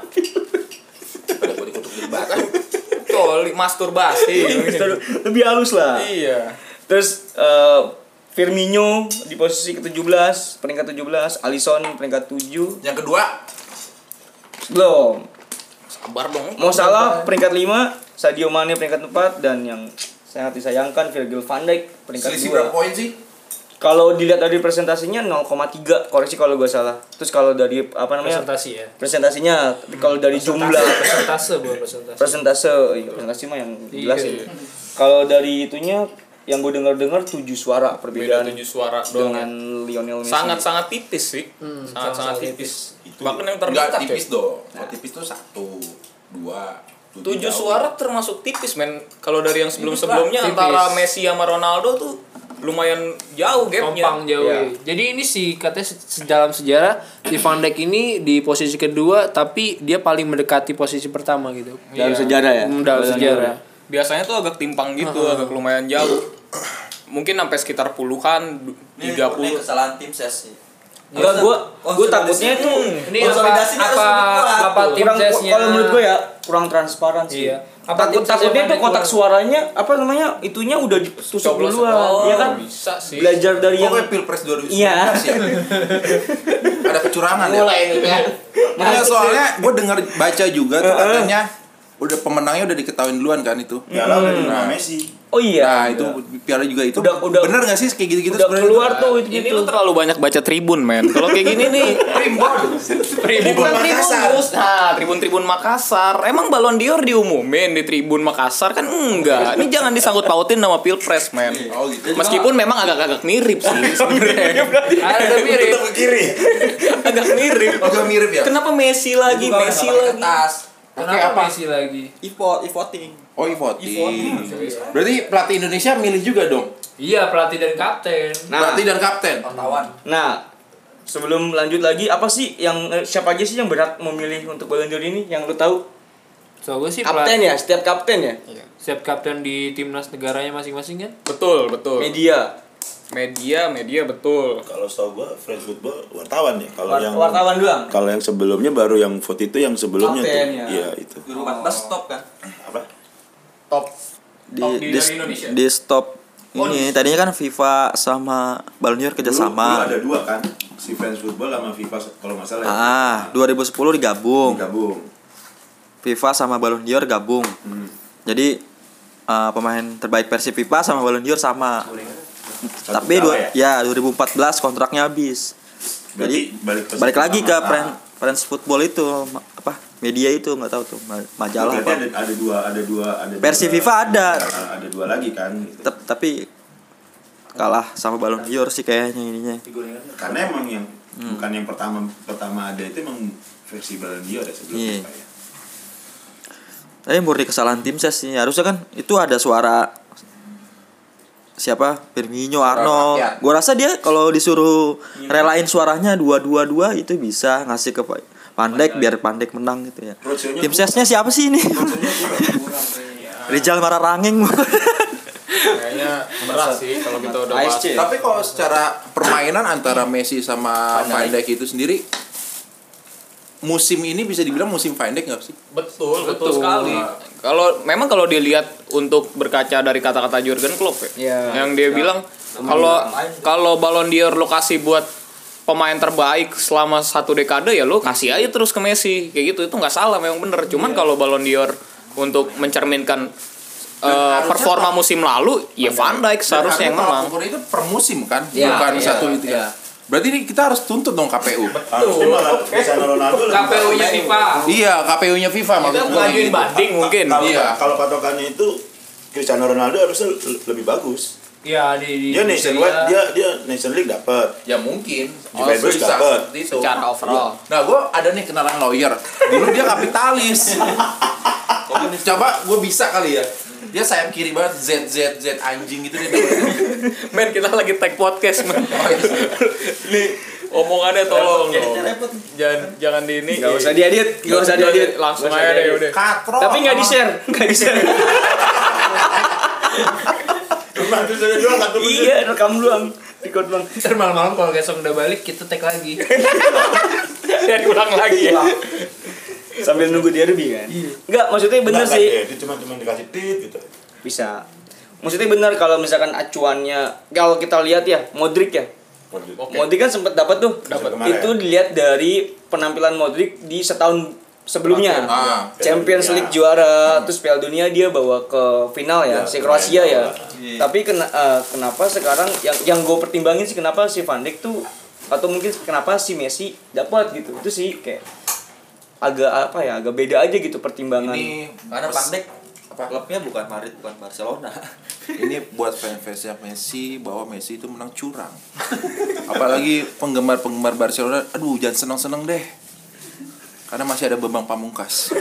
[SPEAKER 5] Gue dikutuk di belakang.
[SPEAKER 4] Coli, masturbasi.
[SPEAKER 2] Lebih halus lah.
[SPEAKER 4] Iya.
[SPEAKER 2] Terus uh, Firmino di posisi ke tujuh belas, peringkat tujuh belas, Alisson peringkat tujuh.
[SPEAKER 5] Yang kedua,
[SPEAKER 2] Belum.
[SPEAKER 4] Sabar dong.
[SPEAKER 2] Mo Salah peringkat lima, Sadio Mane peringkat empat, dan yang sangat disayangkan Virgil van Dijk peringkat
[SPEAKER 5] selisih
[SPEAKER 2] dua.
[SPEAKER 5] berapa poin sih?
[SPEAKER 2] Kalau dilihat dari presentasinya nol koma tiga, koreksi kalau gue salah. Terus kalau dari apa namanya?
[SPEAKER 3] Presentasi ya.
[SPEAKER 2] Presentasinya kalau dari jumlah
[SPEAKER 3] Persentase bukan presentasi.
[SPEAKER 2] presentase, iya, presentasi mah yang jelas
[SPEAKER 3] Iya.
[SPEAKER 2] ya. Kalau dari itunya yang gue dengar-dengar tujuh suara
[SPEAKER 4] Beda
[SPEAKER 2] perbedaan
[SPEAKER 4] tujuh suara doang.
[SPEAKER 2] dengan Lionel Messi.
[SPEAKER 4] Sangat-sangat tipis sih. Sangat-sangat tipis. Bahkan yang
[SPEAKER 5] Enggak
[SPEAKER 4] terdekat
[SPEAKER 5] tipis
[SPEAKER 4] ya.
[SPEAKER 5] dong. Kalau tipis tuh satu, dua,
[SPEAKER 4] Tujuh
[SPEAKER 5] jauh.
[SPEAKER 4] suara termasuk tipis men. Kalau dari yang sebelum-sebelumnya
[SPEAKER 3] Tipis.
[SPEAKER 4] antara Messi sama Ronaldo tuh lumayan jauh gapnya.
[SPEAKER 3] Kompang jauh.
[SPEAKER 2] Iya.
[SPEAKER 3] Jadi ini sih katanya se- dalam sejarah di Van Dijk ini di posisi kedua tapi dia paling mendekati posisi pertama gitu.
[SPEAKER 2] dalam
[SPEAKER 4] Iya.
[SPEAKER 2] sejarah ya.
[SPEAKER 3] Hmm, dalam sejarah.
[SPEAKER 4] Biasanya tuh agak timpang gitu, agak lumayan jauh. Mungkin sampai sekitar puluhan,
[SPEAKER 6] Ini,
[SPEAKER 4] tiga
[SPEAKER 6] ini
[SPEAKER 4] puluh.
[SPEAKER 6] kesalahan tim ses sih.
[SPEAKER 2] Enggak, gua gua takutnya itu
[SPEAKER 3] Ini apa
[SPEAKER 6] Konsolidasinya harus
[SPEAKER 3] apa
[SPEAKER 6] lebih kuat
[SPEAKER 3] apa
[SPEAKER 6] tuh.
[SPEAKER 3] tim
[SPEAKER 2] kurang,
[SPEAKER 3] sesnya?
[SPEAKER 2] kalau menurut gue ya kurang transparan sih.
[SPEAKER 3] Iya. Apa
[SPEAKER 2] Takut
[SPEAKER 3] tim sesnya
[SPEAKER 2] takutnya
[SPEAKER 3] Van
[SPEAKER 2] tuh
[SPEAKER 3] Dijk
[SPEAKER 2] kotak
[SPEAKER 3] kurang?
[SPEAKER 2] suaranya apa namanya itunya udah ditusuk
[SPEAKER 4] Coblos.
[SPEAKER 2] duluan,
[SPEAKER 4] Oh,
[SPEAKER 2] ya kan?
[SPEAKER 4] bisa sih.
[SPEAKER 2] Belajar dari yang
[SPEAKER 5] Pokoknya Pilpres dua ribu sembilan
[SPEAKER 2] Iya.
[SPEAKER 5] belas ya. Ada kecurangan ya.
[SPEAKER 3] ini kan.
[SPEAKER 5] Nah, soalnya gue dengar baca juga tuh katanya udah pemenangnya udah diketahui duluan kan itu.
[SPEAKER 1] Piala udah diterima Messi.
[SPEAKER 2] Oh iya.
[SPEAKER 5] Nah, itu piala juga itu.
[SPEAKER 2] Udah- udah-
[SPEAKER 5] bener gak sih kayak gitu-gitu
[SPEAKER 2] udah
[SPEAKER 5] sebenarnya?
[SPEAKER 2] keluar tuh itu
[SPEAKER 4] Ini
[SPEAKER 2] gitu.
[SPEAKER 4] lu terlalu banyak baca Tribun, men. Kalau kayak gini nih,
[SPEAKER 5] Primbon.
[SPEAKER 4] Tribun
[SPEAKER 1] Makassar.
[SPEAKER 4] Nah, Tribun-Tribun Makassar. Emang Ballon d'Or diumumin di Tribun Makassar kan enggak. Ini jangan disangkut pautin sama Pilpres, men.
[SPEAKER 5] Oh gitu.
[SPEAKER 4] Meskipun memang agak-agak mirip sih sebenarnya.
[SPEAKER 3] Ada mirip.
[SPEAKER 1] Tetap ke kiri.
[SPEAKER 4] Agak mirip.
[SPEAKER 5] Agak mirip ya.
[SPEAKER 4] Kenapa Messi lagi, Messi lagi?
[SPEAKER 3] Kenapa Messi lagi?
[SPEAKER 6] E-vote, e-voting.
[SPEAKER 5] Oh, e-voting. Berarti pelatih Indonesia milih juga dong.
[SPEAKER 3] Iya, pelatih dan kapten.
[SPEAKER 2] Nah,
[SPEAKER 5] Pelatih dan kapten.
[SPEAKER 6] Wartawan.
[SPEAKER 2] nah sebelum lanjut lagi apa sih yang eh, siapa aja sih yang berhak memilih untuk Ballon d'Or ini yang lu tahu?
[SPEAKER 3] So gue sih
[SPEAKER 2] Kapten ya, setiap kapten ya.
[SPEAKER 3] Setiap kapten di timnas negaranya masing-masing kan?
[SPEAKER 4] Betul, betul.
[SPEAKER 2] Media.
[SPEAKER 4] Media, media betul.
[SPEAKER 1] Kalau setahu gua French Football wartawan ya. Kalau
[SPEAKER 2] War-
[SPEAKER 1] yang
[SPEAKER 2] wartawan doang.
[SPEAKER 1] Kalau yang sebelumnya baru yang vote itu yang sebelumnya
[SPEAKER 2] Kapten,
[SPEAKER 1] tuh.
[SPEAKER 2] ya.
[SPEAKER 1] Iya, itu.
[SPEAKER 6] dua ribu empat belas stop kan?
[SPEAKER 1] Apa?
[SPEAKER 4] Top.
[SPEAKER 6] Di,
[SPEAKER 4] Top di
[SPEAKER 6] di,
[SPEAKER 4] dari Indonesia.
[SPEAKER 6] di stop ini tadinya kan FIFA sama Ballon d'Or
[SPEAKER 1] Dulu,
[SPEAKER 6] kerjasama.
[SPEAKER 1] dulu ada dua kan. Si French Football sama FIFA kalau nggak salah. ya.
[SPEAKER 6] Ah, dua ribu sepuluh digabung.
[SPEAKER 1] Digabung.
[SPEAKER 6] FIFA sama Ballon d'Or gabung.
[SPEAKER 1] Hmm.
[SPEAKER 6] Jadi uh, pemain terbaik versi FIFA sama Ballon d'Or sama.
[SPEAKER 1] Satu
[SPEAKER 6] Tapi
[SPEAKER 1] piala
[SPEAKER 6] dua,
[SPEAKER 1] ya?
[SPEAKER 6] ya dua ribu empat belas kontraknya habis.
[SPEAKER 1] Berarti
[SPEAKER 6] Jadi
[SPEAKER 1] balik,
[SPEAKER 6] balik lagi ke
[SPEAKER 1] sama-
[SPEAKER 6] French French Football itu ma- apa media itu nggak tahu tuh ma- majalah
[SPEAKER 1] Berarti
[SPEAKER 6] apa.
[SPEAKER 1] ada, ada dua ada dua ada
[SPEAKER 6] Versi
[SPEAKER 1] dua,
[SPEAKER 6] FIFA ada.
[SPEAKER 1] ada dua lagi kan gitu.
[SPEAKER 6] Tep- tapi kalah sama Ballon d'Or sih kayaknya ininya.
[SPEAKER 1] Karena emang yang bukan yang pertama pertama ada itu emang versi Ballon d'Or ya sebelumnya
[SPEAKER 6] Iya.
[SPEAKER 1] Pak, ya.
[SPEAKER 6] Tapi murni kesalahan tim ses sih. Harusnya kan itu ada suara siapa? Firmino, Arnold.
[SPEAKER 5] rakyat.
[SPEAKER 6] Gua rasa dia kalau disuruh relain suaranya dua dua dua itu bisa ngasih ke Van Dijk biar Van Dijk menang gitu ya.
[SPEAKER 1] Roadshow-nya
[SPEAKER 6] Tim sesnya siapa sih ini? Rijal Mararangeng.
[SPEAKER 4] Kayaknya berat sih kalau kita udah
[SPEAKER 2] A S
[SPEAKER 4] bahas.
[SPEAKER 2] C.
[SPEAKER 5] Tapi kalau secara permainan antara Messi sama Van Dijk itu sendiri musim ini bisa dibilang musim Van Dijk nggak sih?
[SPEAKER 4] Betul, betul, sekali. Kalau memang kalau dilihat untuk berkaca dari kata-kata Jurgen Klopp ya,
[SPEAKER 2] Iya.
[SPEAKER 4] yang dia bilang kalau kalau Ballon d'Or lo kasih buat pemain terbaik selama satu dekade ya lo kasih aja terus ke Messi kayak gitu, itu nggak salah, memang bener. Cuman kalau Ballon d'Or untuk mencerminkan uh, performa musim lalu ya Van Dijk seharusnya yang menang.
[SPEAKER 5] Itu per musim kan,
[SPEAKER 3] Iya,
[SPEAKER 5] bukan
[SPEAKER 3] iya,
[SPEAKER 5] satu itu
[SPEAKER 3] iya.
[SPEAKER 5] ya. Berarti ini kita harus tuntut dong K P U.
[SPEAKER 1] Harusnya malah Cristiano Ronaldo lebih
[SPEAKER 3] K P U-nya
[SPEAKER 1] bagus.
[SPEAKER 3] FIFA.
[SPEAKER 5] Iya, K P U-nya FIFA
[SPEAKER 4] Kita
[SPEAKER 5] maksud gua
[SPEAKER 4] ngajuin
[SPEAKER 5] gitu.
[SPEAKER 4] banding mungkin.
[SPEAKER 1] Kalau
[SPEAKER 5] Iya.
[SPEAKER 1] kalau patokannya itu Cristiano Ronaldo harusnya le- lebih bagus.
[SPEAKER 3] Iya di di
[SPEAKER 1] Dia Nation League dia dia Nation League dapat.
[SPEAKER 5] Ya mungkin.
[SPEAKER 1] Juventus
[SPEAKER 5] bisa
[SPEAKER 1] dapat.
[SPEAKER 5] seperti itu.
[SPEAKER 4] Secara overall.
[SPEAKER 5] Nah, gue ada nih kenalan lawyer. Dulu dia kapitalis. Coba gue bisa kali ya. Dia sayap kiri banget Z Z Z anjing gitu dia.
[SPEAKER 4] Men kita lagi tag podcast men. Nih Omongannya tolong
[SPEAKER 6] Repot,
[SPEAKER 4] dong.
[SPEAKER 6] repot.
[SPEAKER 4] Jangan jangan di ini.
[SPEAKER 2] Gak usah diedit, gak usah diedit.
[SPEAKER 4] Langsung
[SPEAKER 2] Nggak usah
[SPEAKER 4] aja deh
[SPEAKER 2] diedit.
[SPEAKER 4] udah.
[SPEAKER 5] Katro.
[SPEAKER 2] Tapi nggak di share, nggak di share.
[SPEAKER 1] Cuma itu saya jual satu menit.
[SPEAKER 2] Iya, rekam doang, record doang.
[SPEAKER 3] Ntar malam-malam kalau besok udah balik kita tag lagi.
[SPEAKER 4] Dan ulang lagi ya.
[SPEAKER 2] Sambil nunggu derby kan. Enggak, maksudnya bener
[SPEAKER 1] Nggak,
[SPEAKER 2] sih.
[SPEAKER 1] nggak edit, cuma cuma dikasih tit gitu.
[SPEAKER 2] Bisa. Maksudnya benar kalau misalkan acuannya kalau kita lihat ya Modric ya.
[SPEAKER 4] Oke.
[SPEAKER 2] Modric kan sempat dapat tuh.
[SPEAKER 1] Dapat kemarin.
[SPEAKER 2] Itu dilihat dari penampilan Modric di setahun sebelumnya.
[SPEAKER 5] Ah,
[SPEAKER 2] Champions
[SPEAKER 1] ya.
[SPEAKER 2] League juara, terus Piala Dunia dia bawa ke final ya,
[SPEAKER 1] Ya,
[SPEAKER 2] si Kroasia ya.
[SPEAKER 6] Iya.
[SPEAKER 2] Tapi kena, eh, kenapa sekarang yang yang gue pertimbangin sih kenapa si Van Dijk tuh atau mungkin kenapa si Messi dapat gitu. Itu sih kayak agak apa ya, agak beda aja gitu pertimbangan.
[SPEAKER 5] Ini
[SPEAKER 6] Karena Pandek
[SPEAKER 5] apa?
[SPEAKER 6] klubnya bukan Madrid, bukan Barcelona.
[SPEAKER 5] Ini buat fans-fansnya Messi bahwa Messi itu menang curang. Apalagi penggemar-penggemar Barcelona, aduh jangan seneng-seneng deh. Karena masih ada Bambang Pamungkas.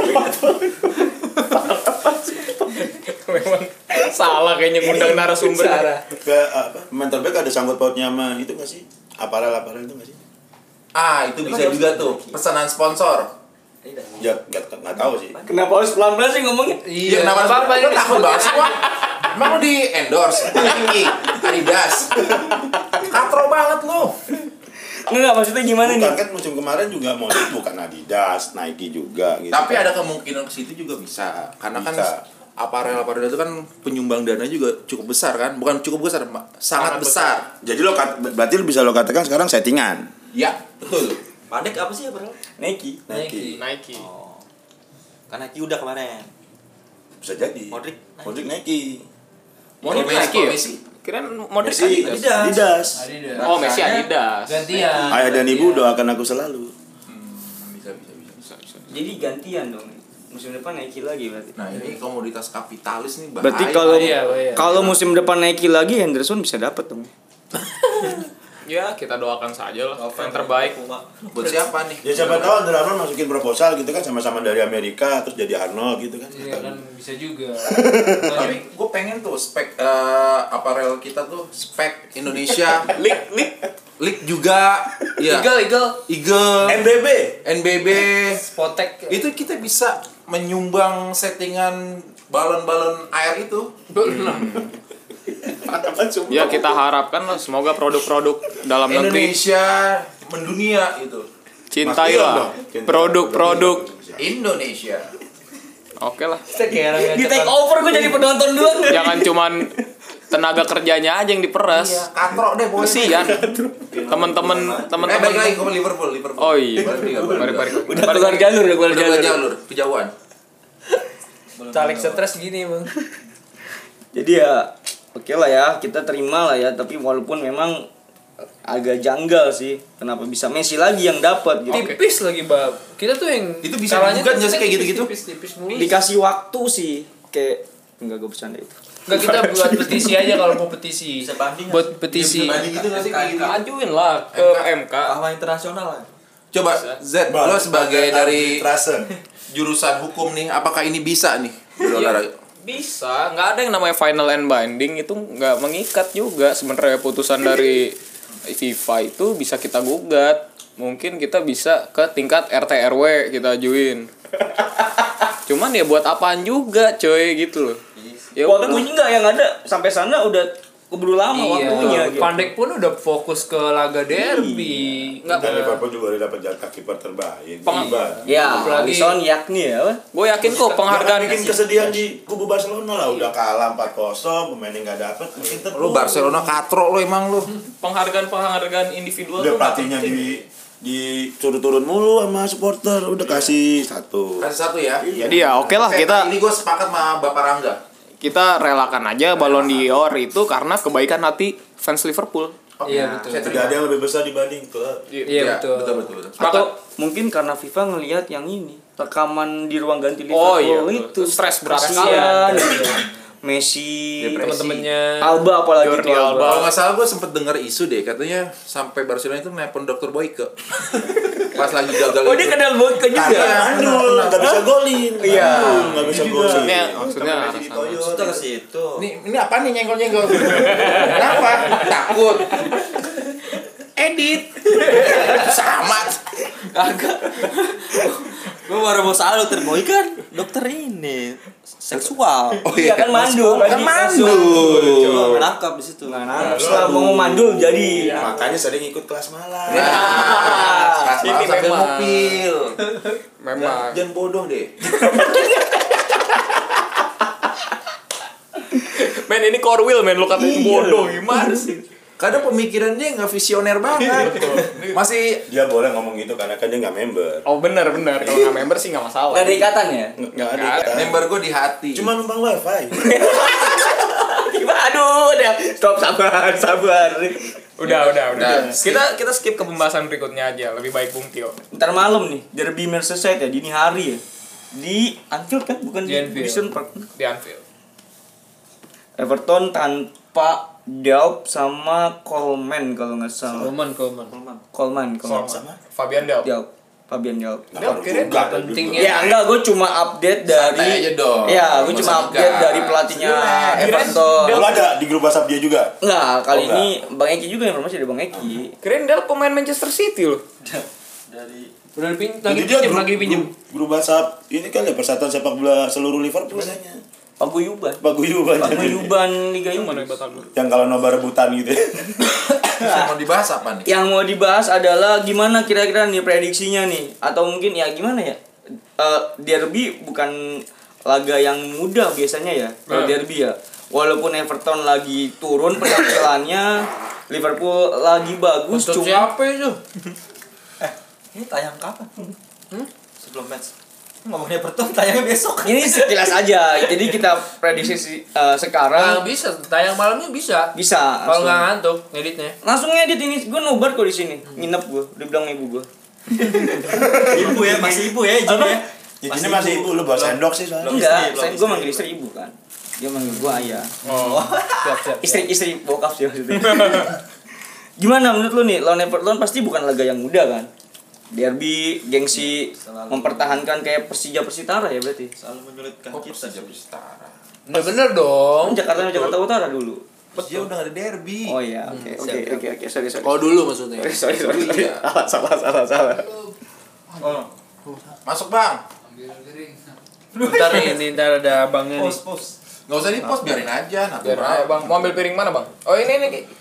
[SPEAKER 4] Memang salah kayaknya ngundang narasumber.
[SPEAKER 1] Ke apa? Mentor back ada sangkut pautnya sama itu nggak sih? Aparel-aparel itu nggak sih?
[SPEAKER 5] Ah, itu bisa juga tuh pesanan sponsor.
[SPEAKER 1] Ya nggak nggak tahu sih.
[SPEAKER 2] Kenapa harus pelan-pelan sih ngomongnya?
[SPEAKER 5] Iya, kenapa apa ini takut banget sih, Wak? Emang lu di endorse Nike, Adidas. Katro banget lu.
[SPEAKER 2] Enggak, maksudnya gimana
[SPEAKER 1] Bukan
[SPEAKER 2] nih?
[SPEAKER 1] kan musim kemarin juga Modric bukan Adidas, Nike juga gitu.
[SPEAKER 5] Tapi ada kemungkinan ke situ juga bisa. Karena kan
[SPEAKER 1] Bisa.
[SPEAKER 5] aparel-aparel itu kan penyumbang dana juga cukup besar kan? Bukan cukup besar, Ma- sangat besar.
[SPEAKER 1] Jadi lo kat- berarti lo bisa lo katakan sekarang settingan.
[SPEAKER 5] Ya, betul.
[SPEAKER 6] Pandek apa sih ya bro?
[SPEAKER 2] Nike.
[SPEAKER 1] Nike.
[SPEAKER 4] Nike.
[SPEAKER 6] Oh. Kan Nike udah kemarin.
[SPEAKER 1] Bisa jadi.
[SPEAKER 6] Modric.
[SPEAKER 1] Modric Nike.
[SPEAKER 4] Modric
[SPEAKER 5] Kalau Messi,
[SPEAKER 4] Nike ya?
[SPEAKER 5] kalau Messi.
[SPEAKER 4] Kirain Modric
[SPEAKER 1] Messi
[SPEAKER 4] Adidas.
[SPEAKER 6] Adidas.
[SPEAKER 1] Adidas.
[SPEAKER 3] Adidas.
[SPEAKER 4] Oh, Messi Adidas.
[SPEAKER 3] Gantian.
[SPEAKER 1] Ayah dan ibu doakan aku selalu.
[SPEAKER 5] Hmm, bisa, bisa, bisa.
[SPEAKER 4] Bisa, bisa.
[SPEAKER 2] Jadi gantian dong. Musim depan Nike lagi berarti.
[SPEAKER 5] Nah, ini komoditas kapitalis nih bahaya.
[SPEAKER 2] Berarti kalau
[SPEAKER 3] bahaya, bahaya.
[SPEAKER 2] kalau musim depan Nike lagi Henderson bisa dapat dong.
[SPEAKER 4] Ya, kita doakan saja lah. Yang terbaik.
[SPEAKER 5] buat siapa nih?
[SPEAKER 1] Ya siapa tahu Under Armour masukin proposal gitu kan sama-sama dari Amerika terus jadi Arnold gitu kan.
[SPEAKER 3] Iya kan bisa juga.
[SPEAKER 5] Tapi gue pengen tuh spek eh, aparel kita tuh spek Indonesia,
[SPEAKER 4] Lik, lik.
[SPEAKER 5] League juga, ya.
[SPEAKER 3] Eagle, Eagle,
[SPEAKER 5] Eagle,
[SPEAKER 1] M B B.
[SPEAKER 5] N B B.
[SPEAKER 3] Spotek.
[SPEAKER 5] Itu kita bisa menyumbang settingan balon-balon air itu.
[SPEAKER 4] Ya, kita harapkan lah semoga produk-produk dalam negeri
[SPEAKER 5] Indonesia mendunia itu.
[SPEAKER 4] cintailah produk-produk.
[SPEAKER 5] Indonesia.
[SPEAKER 4] Oke lah.
[SPEAKER 2] Di take over gue jadi penonton doang.
[SPEAKER 4] Jangan cuman tenaga kerjanya aja yang diperas.
[SPEAKER 5] Iya, katro deh pokoknya.
[SPEAKER 4] Kesian. Teman-teman,
[SPEAKER 5] Eh,
[SPEAKER 4] teman-teman.
[SPEAKER 5] balik lagi ke Liverpool, Liverpool.
[SPEAKER 4] Oh iya.
[SPEAKER 5] Balik, balik,
[SPEAKER 4] Balik, balik.
[SPEAKER 2] Udah keluar jalur, udah keluar
[SPEAKER 5] Udah
[SPEAKER 2] jalur.
[SPEAKER 5] gua jalur, kejauhan.
[SPEAKER 3] Caleg stres gini bang.
[SPEAKER 2] Jadi ya oke lah ya, kita terima lah ya, tapi walaupun memang agak janggal sih kenapa bisa Messi lagi yang dapat gitu.
[SPEAKER 3] Tipis lagi bab. Kita tuh yang
[SPEAKER 5] Itu bisa
[SPEAKER 3] kalahnya
[SPEAKER 5] digugat
[SPEAKER 3] tuh
[SPEAKER 5] nggak sih kayak gitu-gitu?
[SPEAKER 3] Tipis, tipis mulu.
[SPEAKER 2] Dikasih waktu sih kayak enggak gue bercanda itu.
[SPEAKER 3] Enggak, kita buat petisi aja kalau mau petisi.
[SPEAKER 6] Bisa banding nggak?
[SPEAKER 3] Buat petisi.
[SPEAKER 5] Bisa banding gitu nggak sih kayak gitu?
[SPEAKER 4] Ajuin lah ke M K.
[SPEAKER 6] Kahwa internasional lah.
[SPEAKER 5] Coba Z, lo sebagai dari
[SPEAKER 1] Trase.
[SPEAKER 5] jurusan hukum nih, apakah ini bisa nih berolahraga?
[SPEAKER 4] Bisa, nggak ada yang namanya final and binding, itu nggak mengikat juga sebenarnya. Putusan dari FIFA itu bisa kita gugat. Mungkin kita bisa ke tingkat R T R W kita ajuin. Cuman ya buat apaan juga coy gitu loh. Ya udah.
[SPEAKER 2] Waktunya enggak yang ada sampai sana udah keburu lama waktunya
[SPEAKER 3] Iya,
[SPEAKER 2] gitu.
[SPEAKER 3] Pandek pun udah fokus ke laga derby.
[SPEAKER 4] Nggak,
[SPEAKER 1] Dan Liverpool juga udah dapat jatah kiper terbaik.
[SPEAKER 4] Peng-
[SPEAKER 1] Tiba.
[SPEAKER 2] Ya,
[SPEAKER 3] Apalagi-
[SPEAKER 2] Alisson yakni ya.
[SPEAKER 4] gue yakin kok penghargaan
[SPEAKER 1] bikin kesedihan di kubu Barcelona lah, udah kalah empat kosong, pemainnya nggak dapet, mungkin terus.
[SPEAKER 5] Lu Barcelona katro lo emang lu.
[SPEAKER 4] penghargaan penghargaan individual
[SPEAKER 1] Udah
[SPEAKER 4] tuh
[SPEAKER 1] pelatihnya di di suruh turun mulu sama supporter, udah kasih satu.
[SPEAKER 5] Kasih satu ya.
[SPEAKER 4] Jadi ya oke lah
[SPEAKER 5] Oke,
[SPEAKER 4] kita
[SPEAKER 5] ini gue sepakat sama Bapak Rangga.
[SPEAKER 4] kita relakan aja Ballon d'Or itu karena kebaikan hati fans Liverpool.
[SPEAKER 3] Iya betul.
[SPEAKER 5] Saya
[SPEAKER 1] Tidak ada yang lebih besar dibanding klub.
[SPEAKER 3] Iya betul.
[SPEAKER 5] betul betul betul.
[SPEAKER 2] Atau mungkin karena FIFA ngelihat yang ini rekaman di ruang ganti
[SPEAKER 4] Oh,
[SPEAKER 2] Liverpool
[SPEAKER 4] iya,
[SPEAKER 2] itu
[SPEAKER 4] stres berat
[SPEAKER 2] kasihan gitu. Messi,
[SPEAKER 3] Teman-temannya
[SPEAKER 2] Alba apalagi
[SPEAKER 4] Jordi
[SPEAKER 2] tuh
[SPEAKER 4] Alba.
[SPEAKER 5] Kalau nggak salah gue sempet dengar isu deh, katanya sampai Barcelona itu nelpon dokter Boyke. Pas lagi gagal
[SPEAKER 2] Oh dia
[SPEAKER 5] itu.
[SPEAKER 2] kenal Boyke juga.
[SPEAKER 1] Karena Andul nggak bisa golin.
[SPEAKER 2] Iya.
[SPEAKER 1] Andul nggak bisa golin.
[SPEAKER 4] Maksudnya maksudnya
[SPEAKER 6] Kita ke situ.
[SPEAKER 5] Ini ini apa nih nyenggol-nyenggol? Kenapa? Takut.
[SPEAKER 3] edit.
[SPEAKER 5] Sama.
[SPEAKER 6] Kagak. Gue baru mau salut terboy kan dokter ini seksual.
[SPEAKER 5] Oh
[SPEAKER 2] Iya kan mandul.
[SPEAKER 5] Kan mandul.
[SPEAKER 6] Coba menangkap di situ.
[SPEAKER 2] Nah, setelah mau mandul jadi.
[SPEAKER 1] Makanya sering ikut kelas malam.
[SPEAKER 5] Kelas
[SPEAKER 4] Ini
[SPEAKER 5] malam sambil
[SPEAKER 4] memang.
[SPEAKER 5] mobil.
[SPEAKER 4] Memang.
[SPEAKER 5] Jangan bodoh deh.
[SPEAKER 4] Men ini core wheel men, lu katain bodoh gimana sih?
[SPEAKER 5] Kadang pemikirannya nggak visioner banget. Masih
[SPEAKER 1] Dia boleh ngomong gitu karena kan dia nggak member.
[SPEAKER 4] Oh benar benar, kalau nggak member sih nggak masalah.
[SPEAKER 2] Gak ada ikatan ya?
[SPEAKER 1] Nggak nggak ada.
[SPEAKER 4] Nggak ada.
[SPEAKER 1] ikatan.
[SPEAKER 5] member gue di hati.
[SPEAKER 1] Cuma numpang wifi.
[SPEAKER 2] Aduh, udah stop sabar, sabar.
[SPEAKER 4] Udah udah udah.
[SPEAKER 5] Udah.
[SPEAKER 4] Kita kita skip ke pembahasan berikutnya aja, lebih baik Bung Tio.
[SPEAKER 2] Ntar malam nih, Derby Merseyside ya, dini hari ya. Di Anfield kan, bukan
[SPEAKER 3] Di
[SPEAKER 2] di
[SPEAKER 3] Anfield.
[SPEAKER 2] Goodison Park.
[SPEAKER 4] Di Anfield.
[SPEAKER 2] Everton tanpa Delp sama Coleman kalau nggak salah.
[SPEAKER 3] Coleman, Coleman.
[SPEAKER 2] Coleman, Coleman.
[SPEAKER 1] Sama.
[SPEAKER 4] Fabian Delp.
[SPEAKER 2] Delp, Fabian Delp.
[SPEAKER 4] Delp kira
[SPEAKER 1] Nggak ada
[SPEAKER 3] pentingnya.
[SPEAKER 1] juga.
[SPEAKER 2] Ya enggak, gue cuma update dari.
[SPEAKER 5] Santai aja dong.
[SPEAKER 2] Ya, gue
[SPEAKER 5] Nggak
[SPEAKER 2] cuma
[SPEAKER 5] usah
[SPEAKER 2] update
[SPEAKER 5] tegas.
[SPEAKER 2] dari pelatihnya
[SPEAKER 4] Kirain
[SPEAKER 2] Everton.
[SPEAKER 1] Lu ada di grup WhatsApp dia juga?
[SPEAKER 2] Enggak, kali
[SPEAKER 1] Oh, enggak.
[SPEAKER 2] ini Bang Eki juga informasi dari Bang Eki.
[SPEAKER 4] Kirain Delp pemain Manchester City loh.
[SPEAKER 6] Dari
[SPEAKER 3] Udah dipin,
[SPEAKER 1] Jadi
[SPEAKER 3] lagi
[SPEAKER 1] dia
[SPEAKER 3] pinjem,
[SPEAKER 1] grup,
[SPEAKER 3] lagi pinjem.
[SPEAKER 1] grup, grup WhatsApp ini kan ya persatuan sepak bola seluruh Liverpool katanya.
[SPEAKER 2] Paguyuban.
[SPEAKER 1] Paguyuban.
[SPEAKER 2] Paguyuban Liga
[SPEAKER 4] Yang mana
[SPEAKER 2] Inggris.
[SPEAKER 4] batal lu?
[SPEAKER 1] Yang kalau nobar rebutan gitu.
[SPEAKER 5] Bisa mau dibahas apa nih?
[SPEAKER 2] Yang mau dibahas adalah gimana kira-kira nih prediksinya nih, atau mungkin ya gimana ya, Eh derby bukan laga yang mudah biasanya ya kalau
[SPEAKER 4] Eh.
[SPEAKER 2] derby ya, walaupun Everton lagi turun penampilannya, Liverpool lagi bagus,
[SPEAKER 3] Untuk
[SPEAKER 2] cuma
[SPEAKER 3] siapa itu?
[SPEAKER 6] ini tayang kapan? Hmm? Sebelum match. Ngomongnya Everton tayangnya besok.
[SPEAKER 2] ini sekilas aja, jadi kita prediksi si- eh,
[SPEAKER 3] Nah,
[SPEAKER 2] sekarang
[SPEAKER 3] bisa tayang malamnya bisa.
[SPEAKER 2] bisa
[SPEAKER 3] Kalau
[SPEAKER 2] langsung.
[SPEAKER 3] nggak ngantuk ngeditnya.
[SPEAKER 2] langsung ngedit ini, gue nobar kok di sini, nginep gue, udah bilang ibu gue.
[SPEAKER 6] Ibu ya, masih ibu ya, Jin ya.
[SPEAKER 1] Ya ini masih ibu lu bawa sendok sih soalnya.
[SPEAKER 6] Belum
[SPEAKER 2] Enggak,
[SPEAKER 6] istri, belum
[SPEAKER 2] saya gue
[SPEAKER 6] istri,
[SPEAKER 2] manggil
[SPEAKER 6] belum.
[SPEAKER 2] istri ibu kan, dia manggil gue ayah.
[SPEAKER 4] Oh.
[SPEAKER 3] Siap, siap.
[SPEAKER 2] Istri istri bokap sih maksudnya. Gimana menurut lu nih, lawan Everton pasti bukan laga yang mudah kan? Derby, gengsi,
[SPEAKER 6] Selalu.
[SPEAKER 2] mempertahankan kayak Persija Persitara ya berarti.
[SPEAKER 6] Selalu menyulitkan
[SPEAKER 5] Oh,
[SPEAKER 6] kita.
[SPEAKER 5] Persija bersetara.
[SPEAKER 3] Bener-bener dong.
[SPEAKER 2] Kan Jakarta Jakarta Utara dulu.
[SPEAKER 5] Persija udah gak ada derby.
[SPEAKER 2] Oh iya, oke oke
[SPEAKER 3] siap, siap.
[SPEAKER 2] oke oke sorry sorry.
[SPEAKER 3] Kalau dulu maksudnya.
[SPEAKER 2] Sorry sorry sorry. sorry.
[SPEAKER 5] Iya.
[SPEAKER 2] Salah salah salah salah.
[SPEAKER 6] Oh,
[SPEAKER 5] Masuk bang.
[SPEAKER 3] Ntar nih, ini ntar ada abangnya nih.
[SPEAKER 6] pos pos.
[SPEAKER 5] Gak usah di post, biarin aja.
[SPEAKER 4] Biar aja bang. Mau ambil piring mana bang? Oh ini nih. Ki.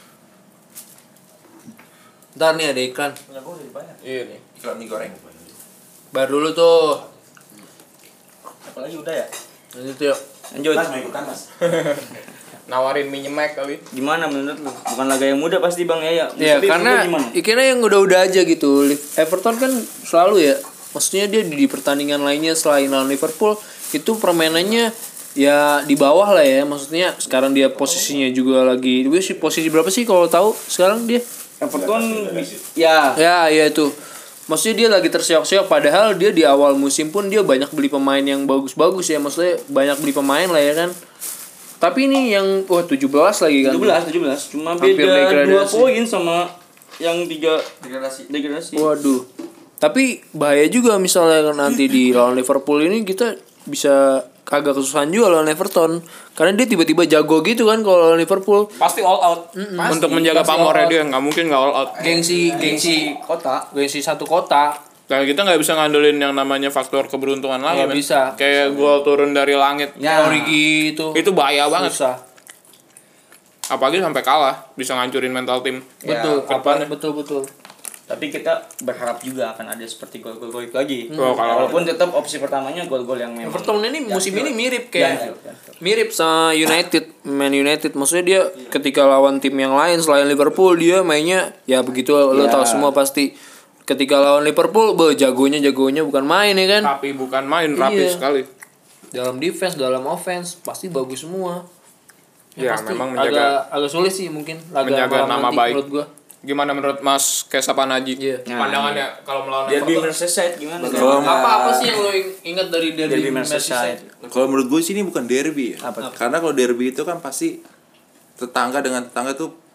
[SPEAKER 3] Ntar nih ada iklan.
[SPEAKER 6] Punya gue udah dibayar.
[SPEAKER 4] Iya nih.
[SPEAKER 5] Iklan mie goreng.
[SPEAKER 3] Bar dulu tuh.
[SPEAKER 6] Apalagi udah ya.
[SPEAKER 3] Lanjut yuk.
[SPEAKER 2] Lanjut.
[SPEAKER 1] Mas mau ikutan mas.
[SPEAKER 4] Nawarin mie nyemek kali.
[SPEAKER 2] Gimana menurut lu? Bukan laga yang mudah pasti Bang ya.
[SPEAKER 3] Ya
[SPEAKER 2] Tapi
[SPEAKER 3] karena
[SPEAKER 2] menurut lu gimana?
[SPEAKER 3] Ikena yang udah-udah aja gitu. Liv- Everton kan selalu ya. Maksudnya dia di, di pertandingan lainnya selain lawan Liverpool itu permainannya ya di bawah lah ya. Maksudnya sekarang dia posisinya juga lagi. Dia sih posisi berapa sih kalau tahu sekarang dia?
[SPEAKER 2] Everton ya
[SPEAKER 3] Ya, ya itu. Maksudnya dia lagi terseok-seok padahal dia di awal musim pun dia banyak beli pemain yang bagus-bagus ya. Maksudnya banyak beli pemain lah ya kan. Tapi ini yang wah tujuh belas lagi kan.
[SPEAKER 2] tujuh belas tujuh belas cuma
[SPEAKER 3] Hampir
[SPEAKER 2] beda dua
[SPEAKER 3] degradasi.
[SPEAKER 2] poin sama yang tiga
[SPEAKER 6] Degradasi.
[SPEAKER 2] degradasi.
[SPEAKER 3] Waduh. Tapi bahaya juga misalnya nanti di lawan Liverpool ini kita bisa kagak kesusahan juga lawan Everton. Karena dia tiba-tiba jago gitu kan kalau lawan Liverpool.
[SPEAKER 4] Pasti all out. Untuk menjaga
[SPEAKER 3] Pasti
[SPEAKER 4] pamornya
[SPEAKER 3] all out.
[SPEAKER 4] dia nggak mungkin nggak all out.
[SPEAKER 3] Gengsi, gengsi
[SPEAKER 2] kota.
[SPEAKER 3] gengsi satu kota.
[SPEAKER 4] Nah, kita nggak bisa ngandelin yang namanya faktor keberuntungan lagi.
[SPEAKER 3] Nggak
[SPEAKER 4] men.
[SPEAKER 3] bisa.
[SPEAKER 4] Kayak gol turun dari langit.
[SPEAKER 2] Ya.
[SPEAKER 3] Origi itu.
[SPEAKER 4] Itu bahaya banget.
[SPEAKER 3] Susah.
[SPEAKER 4] Apalagi sampai kalah bisa ngancurin mental tim.
[SPEAKER 3] Betul,
[SPEAKER 4] ke depannya.
[SPEAKER 3] apa betul betul.
[SPEAKER 2] Tapi kita berharap juga akan ada seperti gol-gol gol itu lagi.
[SPEAKER 4] Oh, kalau-
[SPEAKER 2] Walaupun tetap opsi pertamanya gol-gol yang memang
[SPEAKER 3] Everton ini musim ini mirip kayak
[SPEAKER 2] Anfield, Anfield.
[SPEAKER 3] mirip sama United, Man United. Maksudnya dia ketika lawan tim yang lain selain Liverpool dia mainnya ya begitu lo
[SPEAKER 2] Ya.
[SPEAKER 3] tahu semua pasti. Ketika lawan Liverpool, be jagonya jagonya bukan main ya kan.
[SPEAKER 4] Tapi bukan main rapi
[SPEAKER 3] Iya.
[SPEAKER 4] sekali.
[SPEAKER 3] Dalam defense, dalam offense pasti bagus semua.
[SPEAKER 4] Ya,
[SPEAKER 3] pasti
[SPEAKER 4] memang menjaga-
[SPEAKER 3] agak agak sulit sih mungkin laga
[SPEAKER 4] menjaga
[SPEAKER 3] malam
[SPEAKER 4] nama
[SPEAKER 3] nanti
[SPEAKER 4] baik.
[SPEAKER 3] menurut gua.
[SPEAKER 4] Gimana menurut Mas Kesapan Haji?
[SPEAKER 3] Iya.
[SPEAKER 2] Nah,
[SPEAKER 4] Pandangannya kalau melawan
[SPEAKER 2] Derby
[SPEAKER 4] Everton?
[SPEAKER 2] Merseyside gimana?
[SPEAKER 5] Kalau
[SPEAKER 3] Apa apa sih yang lo ingat dari derby,
[SPEAKER 2] Derby Merseyside.
[SPEAKER 3] Merseyside?
[SPEAKER 5] Kalau menurut gue sih ini bukan derby ya.
[SPEAKER 2] Apa?
[SPEAKER 5] Karena kalau derby itu kan pasti tetangga dengan tetangga tuh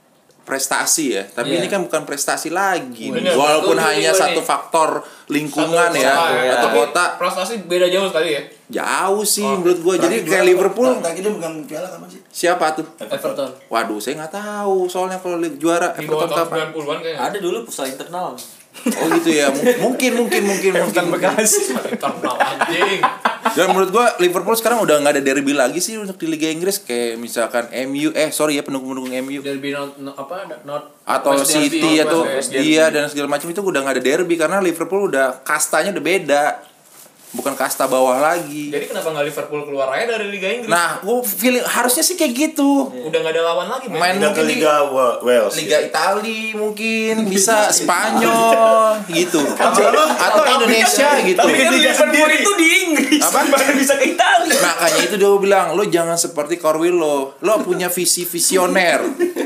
[SPEAKER 5] prestasi ya, tapi
[SPEAKER 3] Iya.
[SPEAKER 5] ini kan bukan prestasi lagi.
[SPEAKER 7] Bener,
[SPEAKER 5] Walaupun
[SPEAKER 7] setuju
[SPEAKER 5] hanya
[SPEAKER 7] gue
[SPEAKER 5] satu
[SPEAKER 7] nih.
[SPEAKER 5] faktor lingkungan
[SPEAKER 7] Satu
[SPEAKER 5] ya,
[SPEAKER 7] kota, ya.
[SPEAKER 5] satu
[SPEAKER 7] Tapi
[SPEAKER 5] kota
[SPEAKER 7] prestasi beda jauh sekali ya.
[SPEAKER 5] jauh sih
[SPEAKER 7] Oh.
[SPEAKER 5] menurut gue. Jadi kayak Liverpool
[SPEAKER 1] Tadi dia megang piala kapan sih?
[SPEAKER 5] siapa tuh?
[SPEAKER 3] Everton.
[SPEAKER 5] Waduh, saya nggak tahu soalnya kalau li- juara
[SPEAKER 7] Di bawah
[SPEAKER 5] Everton
[SPEAKER 7] tahun
[SPEAKER 5] kapan.
[SPEAKER 7] sembilan puluhan kayaknya.
[SPEAKER 6] Ada dulu pusat internal.
[SPEAKER 5] Oh gitu ya, M- mungkin mungkin mungkin mungkin.
[SPEAKER 7] Internal anjing.
[SPEAKER 5] Dan menurut gua Liverpool sekarang udah nggak ada derby lagi sih untuk di Liga Inggris kayak misalkan M U eh sorry ya pendukung-pendukung M U
[SPEAKER 3] Derby not, not apa not
[SPEAKER 5] atau
[SPEAKER 3] West
[SPEAKER 5] City
[SPEAKER 3] Derby.
[SPEAKER 5] atau
[SPEAKER 7] West
[SPEAKER 5] dia dan segala macam itu udah nggak ada derby karena Liverpool udah kastanya udah beda, bukan kasta bawah lagi.
[SPEAKER 7] Jadi kenapa nggak Liverpool keluar aja dari Liga Inggris?
[SPEAKER 5] Nah, gua feeling harusnya sih kayak gitu.
[SPEAKER 7] Udah nggak ada lawan lagi, men.
[SPEAKER 5] Main
[SPEAKER 1] Pindah ke
[SPEAKER 5] mungkin di
[SPEAKER 1] Liga Wa- Wales.
[SPEAKER 5] Liga Itali mungkin bisa Spanyol gitu atau Indonesia gitu.
[SPEAKER 2] Tapi kan Liverpool itu di Inggris.
[SPEAKER 5] Apa?
[SPEAKER 2] Gimana bisa ke Italia?
[SPEAKER 5] Makanya itu dia bilang, lo jangan seperti Corwillo, lo punya visi visioner,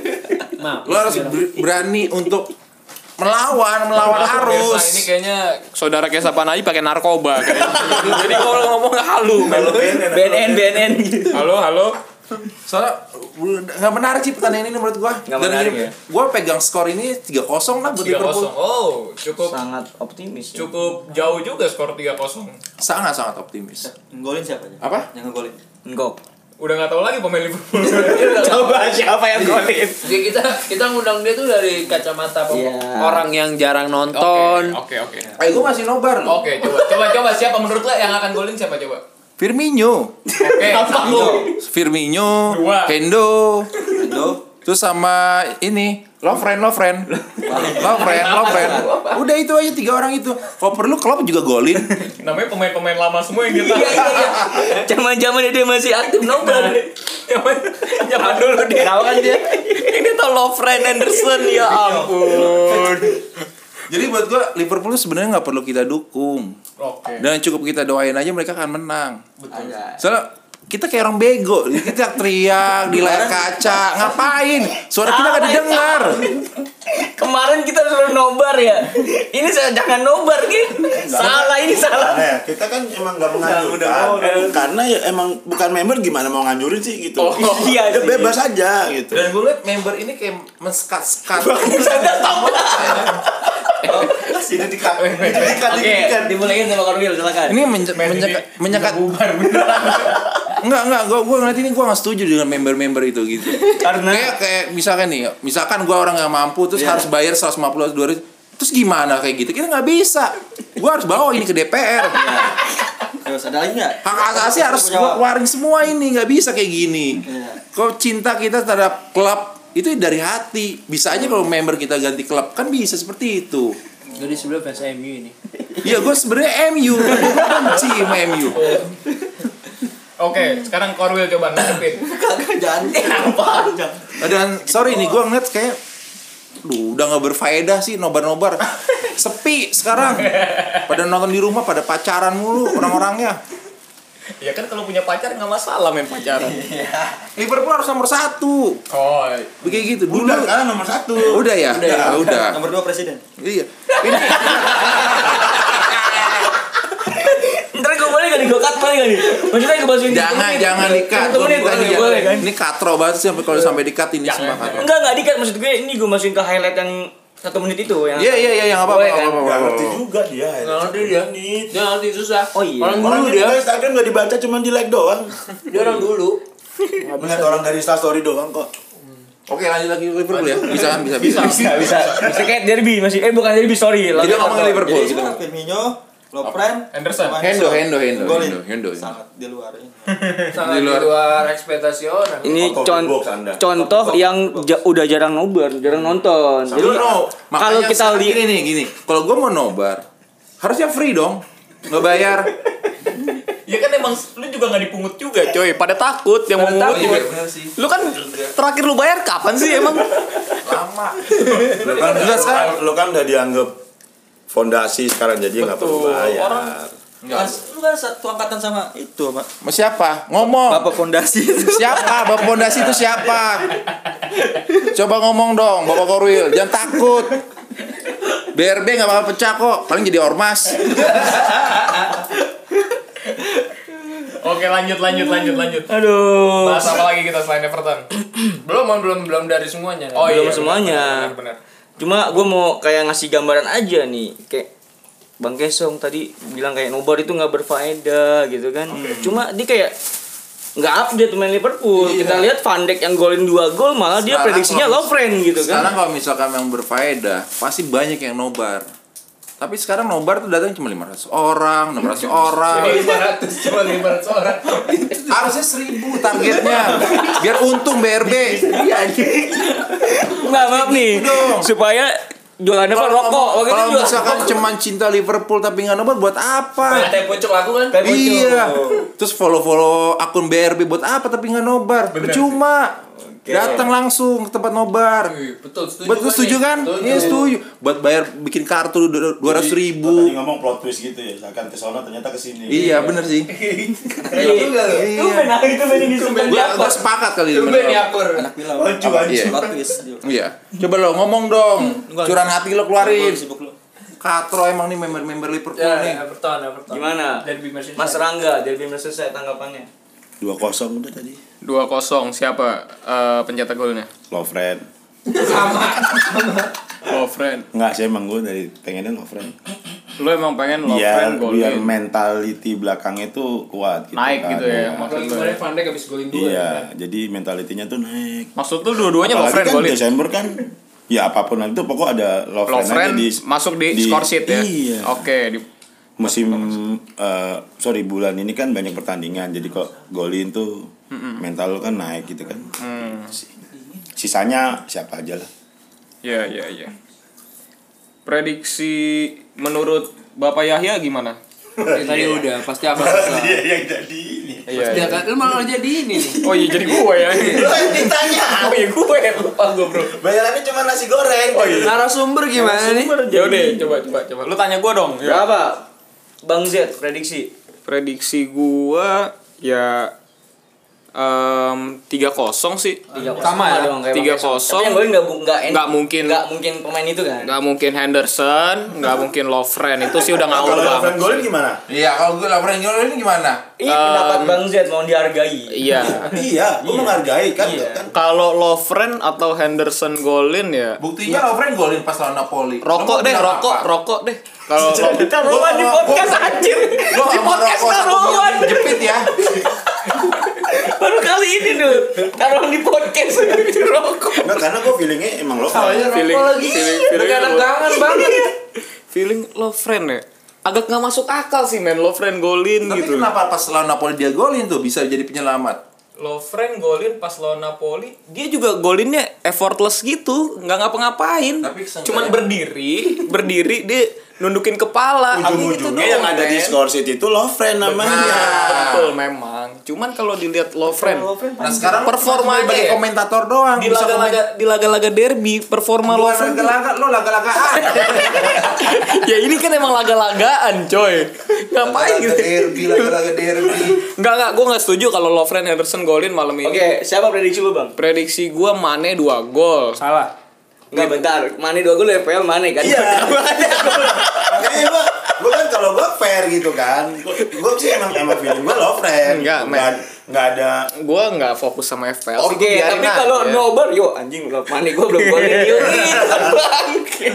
[SPEAKER 3] Maaf.
[SPEAKER 5] lo harus ber- berani untuk melawan melawan
[SPEAKER 4] Pemirsa,
[SPEAKER 5] arus.
[SPEAKER 4] ini kayaknya saudara Kesa Panayi pakai narkoba kayaknya. Jadi kalau ngomong halu.
[SPEAKER 2] B N N B N N gitu.
[SPEAKER 4] Halo, halo.
[SPEAKER 5] Soalnya nggak menarik sih pertandingan ini menurut gua.
[SPEAKER 2] Nggak
[SPEAKER 5] Dan
[SPEAKER 2] menarik
[SPEAKER 5] ini-
[SPEAKER 2] ya?
[SPEAKER 5] gua pegang skor ini tiga kosong lah buat
[SPEAKER 7] tiga
[SPEAKER 5] Liverpool.
[SPEAKER 7] kosong. Oh, cukup
[SPEAKER 2] Sangat optimis. ya.
[SPEAKER 7] cukup jauh juga skor tiga kosong.
[SPEAKER 5] Sangat sangat optimis.
[SPEAKER 6] Ngegolin siapa aja?
[SPEAKER 5] Apa?
[SPEAKER 6] Yang ngegolin.
[SPEAKER 2] Enggak.
[SPEAKER 7] Udah nggak tahu lagi pemain Liverpool.
[SPEAKER 2] Coba siapa yang golin?
[SPEAKER 3] Dia kita kita ngundang dia tuh dari kacamata pem-
[SPEAKER 2] Iya.
[SPEAKER 3] orang yang jarang nonton.
[SPEAKER 7] Oke, oke.
[SPEAKER 5] Eh gua masih nobar loh.
[SPEAKER 7] Oke, coba coba coba siapa menurut lo yang akan golin siapa coba?
[SPEAKER 5] Firmino,
[SPEAKER 7] Oke, satu.
[SPEAKER 5] Firmino,
[SPEAKER 7] Dua.
[SPEAKER 5] Hendo,
[SPEAKER 6] Indo.
[SPEAKER 5] terus sama ini Lovren, Lovren, Lovren, Lovren. Udah itu aja tiga orang itu. Kalau perlu Klopp juga golin.
[SPEAKER 7] Namanya pemain-pemain lama semua yang kita.
[SPEAKER 2] Iya iya iya. Zaman-zaman dia masih aktif nobar.
[SPEAKER 7] Zaman zaman dulu dia.
[SPEAKER 2] Tahu kan dia? Ini tau Lovren Anderson ya ampun.
[SPEAKER 5] Jadi buat gua Liverpool tuh sebenarnya nggak perlu kita dukung.
[SPEAKER 7] Oke.
[SPEAKER 5] Dan cukup kita doain aja mereka akan menang.
[SPEAKER 7] Betul.
[SPEAKER 5] Soalnya kita kayak orang bego, kita teriak di layar kaca, ngapain? Suara kita nggak didengar.
[SPEAKER 2] Kemarin kita suruh nobar ya. Ini saya jangan nobar gitu. Salah ini salah.
[SPEAKER 1] Nah, ya, kita kan emang nggak menganjurkan karena ya emang bukan member gimana mau nganjurin sih gitu.
[SPEAKER 2] Oh, iya
[SPEAKER 1] Ya
[SPEAKER 2] sih.
[SPEAKER 1] bebas aja gitu.
[SPEAKER 5] Dan gue liat member ini kayak mensekat-sekat.
[SPEAKER 1] Ini dikat, ini dikat,
[SPEAKER 2] Oke, dimulain sama Corwil silakan.
[SPEAKER 5] Ini menye- menyekat, menyekat.
[SPEAKER 7] Bubar beneran.
[SPEAKER 5] Enggak, enggak, gue gue ngeliat ini gue nggak setuju dengan member-member itu gitu.
[SPEAKER 2] Karena
[SPEAKER 5] Kayak kayak misalkan nih, misalkan gue orang yang mampu terus harus bayar seratus lima puluh dua ratus, terus gimana kayak gitu? Kita nggak bisa. Gue harus bawa ini ke D P R.
[SPEAKER 6] Terus ada lagi nggak?
[SPEAKER 5] Hak asasi harus gue keluarin semua ini, nggak bisa kayak gini.
[SPEAKER 6] Iya.
[SPEAKER 5] Kalau cinta kita terhadap klub itu dari hati. Bisa aja kalau member kita ganti klub kan bisa seperti itu.
[SPEAKER 3] Jadi sebenarnya fans M U ini.
[SPEAKER 5] Iya, gue sebenarnya M U, tapi gue benci sama M U.
[SPEAKER 7] Oke, sekarang Corwil coba nanggepin.
[SPEAKER 6] Kagak jangan. Apa?
[SPEAKER 5] Dan sorry nih, gue ngeliat kayak Duh, udah gak berfaedah sih nobar-nobar. Sepi sekarang. Pada nonton di rumah, pada pacaran mulu orang-orangnya.
[SPEAKER 4] Ya kan kalau punya pacar nggak masalah main pacaran.
[SPEAKER 5] Liverpool harus nomor satu.
[SPEAKER 7] Oh,
[SPEAKER 5] Begitu gitu. Dulu
[SPEAKER 1] Udah sekarang nomor satu.
[SPEAKER 5] Udah ya?
[SPEAKER 6] Udah ya?
[SPEAKER 5] Ah, udah.
[SPEAKER 6] Nomor dua presiden.
[SPEAKER 5] Iya. Ini
[SPEAKER 2] ntar gue boleh gak nih? Gue cut boleh gak nih? Maksudnya gue masukin
[SPEAKER 5] jangan jangan dikat.
[SPEAKER 2] Satu menit
[SPEAKER 5] Bukan,
[SPEAKER 2] boleh,
[SPEAKER 5] jangan.
[SPEAKER 2] boleh kan?
[SPEAKER 5] Ini katro banget sih sampai kalau sampai dikat ini semua katro.
[SPEAKER 2] Enggak, enggak dikat. Maksud gue ini gue masukin ke highlight yang satu menit itu yang
[SPEAKER 5] Iya iya iya yang apa apa
[SPEAKER 2] Boleh, kan?
[SPEAKER 5] apa
[SPEAKER 1] Gak
[SPEAKER 5] apa.
[SPEAKER 1] ngerti juga dia.
[SPEAKER 3] Nggak ngerti dia. Dia ngerti susah.
[SPEAKER 2] Oh iya.
[SPEAKER 3] Orang
[SPEAKER 1] Orang
[SPEAKER 3] dulu
[SPEAKER 1] di
[SPEAKER 3] dia.
[SPEAKER 1] Instagram gak dibaca, cuma di like doang.
[SPEAKER 3] Dia orang dulu.
[SPEAKER 1] Melihat orang dari Instastory doang kok.
[SPEAKER 5] Oke, lanjut lagi Liverpool ya. Bisa kan? Bisa bisa.
[SPEAKER 2] Bisa, bisa. Bisa kayak derby masih. Eh bukan derby, sorry.
[SPEAKER 5] Jadi
[SPEAKER 2] Lawan
[SPEAKER 5] ngomongin
[SPEAKER 2] Arsenal.
[SPEAKER 5] Liverpool
[SPEAKER 6] Jadi
[SPEAKER 5] gitu.
[SPEAKER 6] semua Firmino, Lovren,
[SPEAKER 7] Anderson.
[SPEAKER 6] sama
[SPEAKER 5] Hendo, Hendo, Hendo,
[SPEAKER 6] Golin.
[SPEAKER 5] Hendo, Hendo.
[SPEAKER 6] Sangat di luar ini.
[SPEAKER 3] Sangat
[SPEAKER 5] Di
[SPEAKER 3] di
[SPEAKER 5] luar.
[SPEAKER 3] luar ekspektasi orang.
[SPEAKER 2] Ini
[SPEAKER 1] Out of the
[SPEAKER 2] con-
[SPEAKER 1] box Anda.
[SPEAKER 2] contoh yang ja- udah jarang nobar, jarang nonton. Jadi
[SPEAKER 5] Jadi no,
[SPEAKER 2] kalau kita
[SPEAKER 5] sekarang
[SPEAKER 2] lihat
[SPEAKER 5] gini nih gini. Kalau gue mau nobar, harusnya free dong. Nggak bayar.
[SPEAKER 4] Ya kan emang lu juga nggak dipungut juga coy. Pada takut yang mau
[SPEAKER 2] Pada
[SPEAKER 4] mungut.
[SPEAKER 2] takut.
[SPEAKER 5] Bener sih.
[SPEAKER 4] Lu kan terakhir lu bayar kapan sih emang?
[SPEAKER 5] Lama.
[SPEAKER 1] Lo kan,
[SPEAKER 5] Enggak, sekarang.
[SPEAKER 1] lo kan udah dianggap fondasi sekarang jadi nggak perlu
[SPEAKER 7] Betul.
[SPEAKER 1] bayar.
[SPEAKER 7] Orang-
[SPEAKER 6] Mas, lu kan satu angkatan sama itu, Pak.
[SPEAKER 5] Mau siapa? Ngomong.
[SPEAKER 6] Bapak fondasi itu.
[SPEAKER 5] Siapa? Bapak pondasi itu siapa? Coba ngomong dong, Bapak Korwil. Jangan takut. B R B nggak bakal pecah kok. Paling jadi ormas.
[SPEAKER 7] Oke, lanjut lanjut lanjut lanjut.
[SPEAKER 2] Aduh.
[SPEAKER 7] Bahas apa lagi kita selain Everton?
[SPEAKER 3] belum belum belum dari semuanya.
[SPEAKER 7] Oh
[SPEAKER 2] Belum
[SPEAKER 7] iya,
[SPEAKER 2] semuanya.
[SPEAKER 7] benar, benar, benar.
[SPEAKER 2] Cuma gue mau kayak ngasih gambaran aja nih, kayak Bang Kesong tadi bilang kayak nobar itu nggak berfaedah gitu kan. Cuma dia kayak nggak update main Liverpool.
[SPEAKER 5] Iya.
[SPEAKER 2] Kita lihat Van Dijk yang golin dua gol malah dia
[SPEAKER 5] Sekarang
[SPEAKER 2] prediksinya
[SPEAKER 5] kalau-
[SPEAKER 2] Lovren gitu kan.
[SPEAKER 5] Sekarang kalau misalkan yang berfaedah, pasti banyak yang nobar. Tapi sekarang nobar tuh datang cuma lima ratus orang, enam ratus orang.
[SPEAKER 7] Jadi lima ratus cuma lima ratus orang.
[SPEAKER 5] Harusnya seribu targetnya. Biar untung B R B.
[SPEAKER 2] Nggak maaf nih,
[SPEAKER 5] dong.
[SPEAKER 2] supaya jualannya apa rokok. Waktu itu
[SPEAKER 5] Kalau
[SPEAKER 2] jual
[SPEAKER 5] misalkan
[SPEAKER 2] rokok.
[SPEAKER 5] cuman cinta Liverpool tapi nggak nobar buat apa?
[SPEAKER 7] Kayak pucuk aku kan.
[SPEAKER 2] Kayak bocor.
[SPEAKER 5] Iya. Terus follow-follow akun B R B buat apa tapi nggak nobar? Percuma. Datang langsung ke tempat nobar.
[SPEAKER 3] Betul, setuju.
[SPEAKER 5] Betul setuju kan? Iya setuju. Buat bayar bikin kartu dua ratus
[SPEAKER 1] Tadi
[SPEAKER 5] ribu.
[SPEAKER 1] ngomong plot twist gitu ya, akan ke sono ternyata ke sini.
[SPEAKER 5] Iya bener sih.
[SPEAKER 2] Iya. Itu main aku itu main di Sumber
[SPEAKER 5] Gua, gua sepakat kali ini.
[SPEAKER 3] Tumben ya Pur.
[SPEAKER 6] Anak bilang.
[SPEAKER 1] Lucu aja.
[SPEAKER 5] Iya.
[SPEAKER 6] Plot twist.
[SPEAKER 5] Iya. Coba lo ngomong dong. Curahan hati lo keluarin.
[SPEAKER 6] Sibuk lu.
[SPEAKER 5] Katro emang nih member-member Liverpool
[SPEAKER 3] Ya,
[SPEAKER 5] nih.
[SPEAKER 3] Everton, Everton.
[SPEAKER 2] Gimana?
[SPEAKER 3] Derby Merseyside.
[SPEAKER 2] Mas Rangga, Derby Merseyside tanggapannya.
[SPEAKER 1] dua kosong udah tadi.
[SPEAKER 4] dua kosong siapa eh, pencetak golnya?
[SPEAKER 1] Lovren.
[SPEAKER 4] Lovren.
[SPEAKER 1] Enggak sih emang gue dari pengennya Lovren.
[SPEAKER 4] Lu emang pengen
[SPEAKER 1] Biar
[SPEAKER 4] Lovren
[SPEAKER 1] biar
[SPEAKER 4] golin.
[SPEAKER 1] mentality belakangnya tuh kuat gitu.
[SPEAKER 4] Naik
[SPEAKER 1] kan.
[SPEAKER 4] gitu ya,
[SPEAKER 1] Iya.
[SPEAKER 4] maksud
[SPEAKER 3] Apalagi
[SPEAKER 4] lu.
[SPEAKER 3] kemarin Van Dijk habis golin dua.
[SPEAKER 1] Iya,
[SPEAKER 3] ya kan?
[SPEAKER 1] jadi mentalitinya tuh naik.
[SPEAKER 4] Maksud lu dua-duanya
[SPEAKER 1] Apalagi
[SPEAKER 4] Lovren
[SPEAKER 1] kan
[SPEAKER 4] golin.
[SPEAKER 1] Desember kan ya apapun itu pokok ada Lovren,
[SPEAKER 4] Lovren
[SPEAKER 1] aja di
[SPEAKER 4] masuk di, score sheet ya.
[SPEAKER 1] Iya.
[SPEAKER 4] Oke, di
[SPEAKER 1] Musim eh sorry bulan ini kan banyak pertandingan jadi kok golin tuh mental lu kan naik gitu kan.
[SPEAKER 4] Hmm.
[SPEAKER 1] Sisanya siapa aja lah.
[SPEAKER 4] ya ya ya. Prediksi menurut Bapak Yahya gimana?
[SPEAKER 3] Ya, tadi udah pasti akan susah.
[SPEAKER 1] yang jadi ini.
[SPEAKER 4] Iya.
[SPEAKER 3] Ya kan lu malah jadi ini nih.
[SPEAKER 4] Oh iya jadi gue ya.
[SPEAKER 1] Ditanya.
[SPEAKER 4] Oh iya gue ya lupa gue bro.
[SPEAKER 1] Bayarannya cuma nasi goreng.
[SPEAKER 4] Oh iya.
[SPEAKER 3] Narasumber gimana nih?
[SPEAKER 4] Ya udah coba coba coba. Lu tanya gue dong. Ya.
[SPEAKER 2] Berapa? Bang Z prediksi.
[SPEAKER 4] Prediksi gua ya em tiga kosong sih.
[SPEAKER 2] Tiga
[SPEAKER 3] Sama ya?
[SPEAKER 2] dong kayak
[SPEAKER 4] Tiga
[SPEAKER 2] Bang Kesong.
[SPEAKER 4] kosong.
[SPEAKER 2] Tapi yang golin nggak bu- nggak en-
[SPEAKER 4] Nggak mungkin.
[SPEAKER 2] nggak mungkin pemain itu kan.
[SPEAKER 4] Nggak mungkin Henderson, nggak mungkin Lovren itu sih udah ngawur
[SPEAKER 1] Kalau Lovren
[SPEAKER 4] banget.
[SPEAKER 1] golin gimana?
[SPEAKER 5] Iya, kalau gue Lovren golin gimana?
[SPEAKER 2] Ini pendapat Bang Z mau dihargai.
[SPEAKER 4] Iya.
[SPEAKER 1] Iya, gue menghargai kan.
[SPEAKER 2] Iya.
[SPEAKER 1] kan.
[SPEAKER 4] Kalau Lovren atau Henderson golin ya
[SPEAKER 5] Buktinya Lovren golin pas lawan Napoli.
[SPEAKER 4] rokok deh, rokok, rokok deh. Kalau
[SPEAKER 2] Taruhan di podcast anjir.
[SPEAKER 5] Gue
[SPEAKER 2] Di podcast taruhan.
[SPEAKER 5] jepit ya.
[SPEAKER 2] Baru kali ini tuh taruhan di podcast rokok.
[SPEAKER 1] Enggak, karena gue feelingnya emang Lovren.
[SPEAKER 4] feeling feeling feeling
[SPEAKER 3] Anak gangan banget.
[SPEAKER 4] feeling Lovren ya. Agak nggak masuk akal sih men Lovren golin
[SPEAKER 5] Tapi
[SPEAKER 4] gitu.
[SPEAKER 5] kenapa pas lawan Napoli dia golin tuh bisa jadi penyelamat?
[SPEAKER 4] Lovren golin pas lawan Napoli, dia juga golinnya effortless gitu, nggak ngapa-ngapain.
[SPEAKER 5] Tapi seenggaknya-
[SPEAKER 4] Cuman berdiri, berdiri dia nundukin kepala.
[SPEAKER 1] Ujung-ujungnya yang ada di score sheet itu Lovren namanya.
[SPEAKER 4] Betul memang. Cuman kalau dilihat Lovren
[SPEAKER 5] Nah sekarang
[SPEAKER 4] performanya
[SPEAKER 5] sebagai
[SPEAKER 4] ya.
[SPEAKER 5] komentator doang
[SPEAKER 4] di
[SPEAKER 5] bisa
[SPEAKER 4] laga-laga di laga-laga derby performa
[SPEAKER 5] komen-
[SPEAKER 4] Lovren tuh-
[SPEAKER 5] laga-laga lo laga-lagaan.
[SPEAKER 4] ya ini kan emang laga-lagaan coy. Ngapain
[SPEAKER 5] Laga-laga
[SPEAKER 4] gitu?
[SPEAKER 5] derby, laga-laga derby.
[SPEAKER 4] Enggak enggak, gue nggak setuju kalau Lovren Henderson golin malam ini.
[SPEAKER 2] Oke, siapa prediksi lu, Bang?
[SPEAKER 4] Prediksi gue Mane dua gol.
[SPEAKER 3] Salah.
[SPEAKER 2] Enggak bentar, Mane dua gol F P L Mane kan.
[SPEAKER 1] Iya. Makanya gue, gue kan kalau gue fair gitu kan. Gue sih emang emang feeling gue Lovren.
[SPEAKER 4] Enggak,
[SPEAKER 1] Gitu.
[SPEAKER 4] men.
[SPEAKER 1] Nggak- nggak ada.
[SPEAKER 4] Gue nggak fokus sama F P L. sih,
[SPEAKER 2] Oke,
[SPEAKER 4] gua biarin
[SPEAKER 2] tapi
[SPEAKER 4] aja.
[SPEAKER 2] kalau nobar, yo anjing lo Mane gua belum golin yuk. Bangke.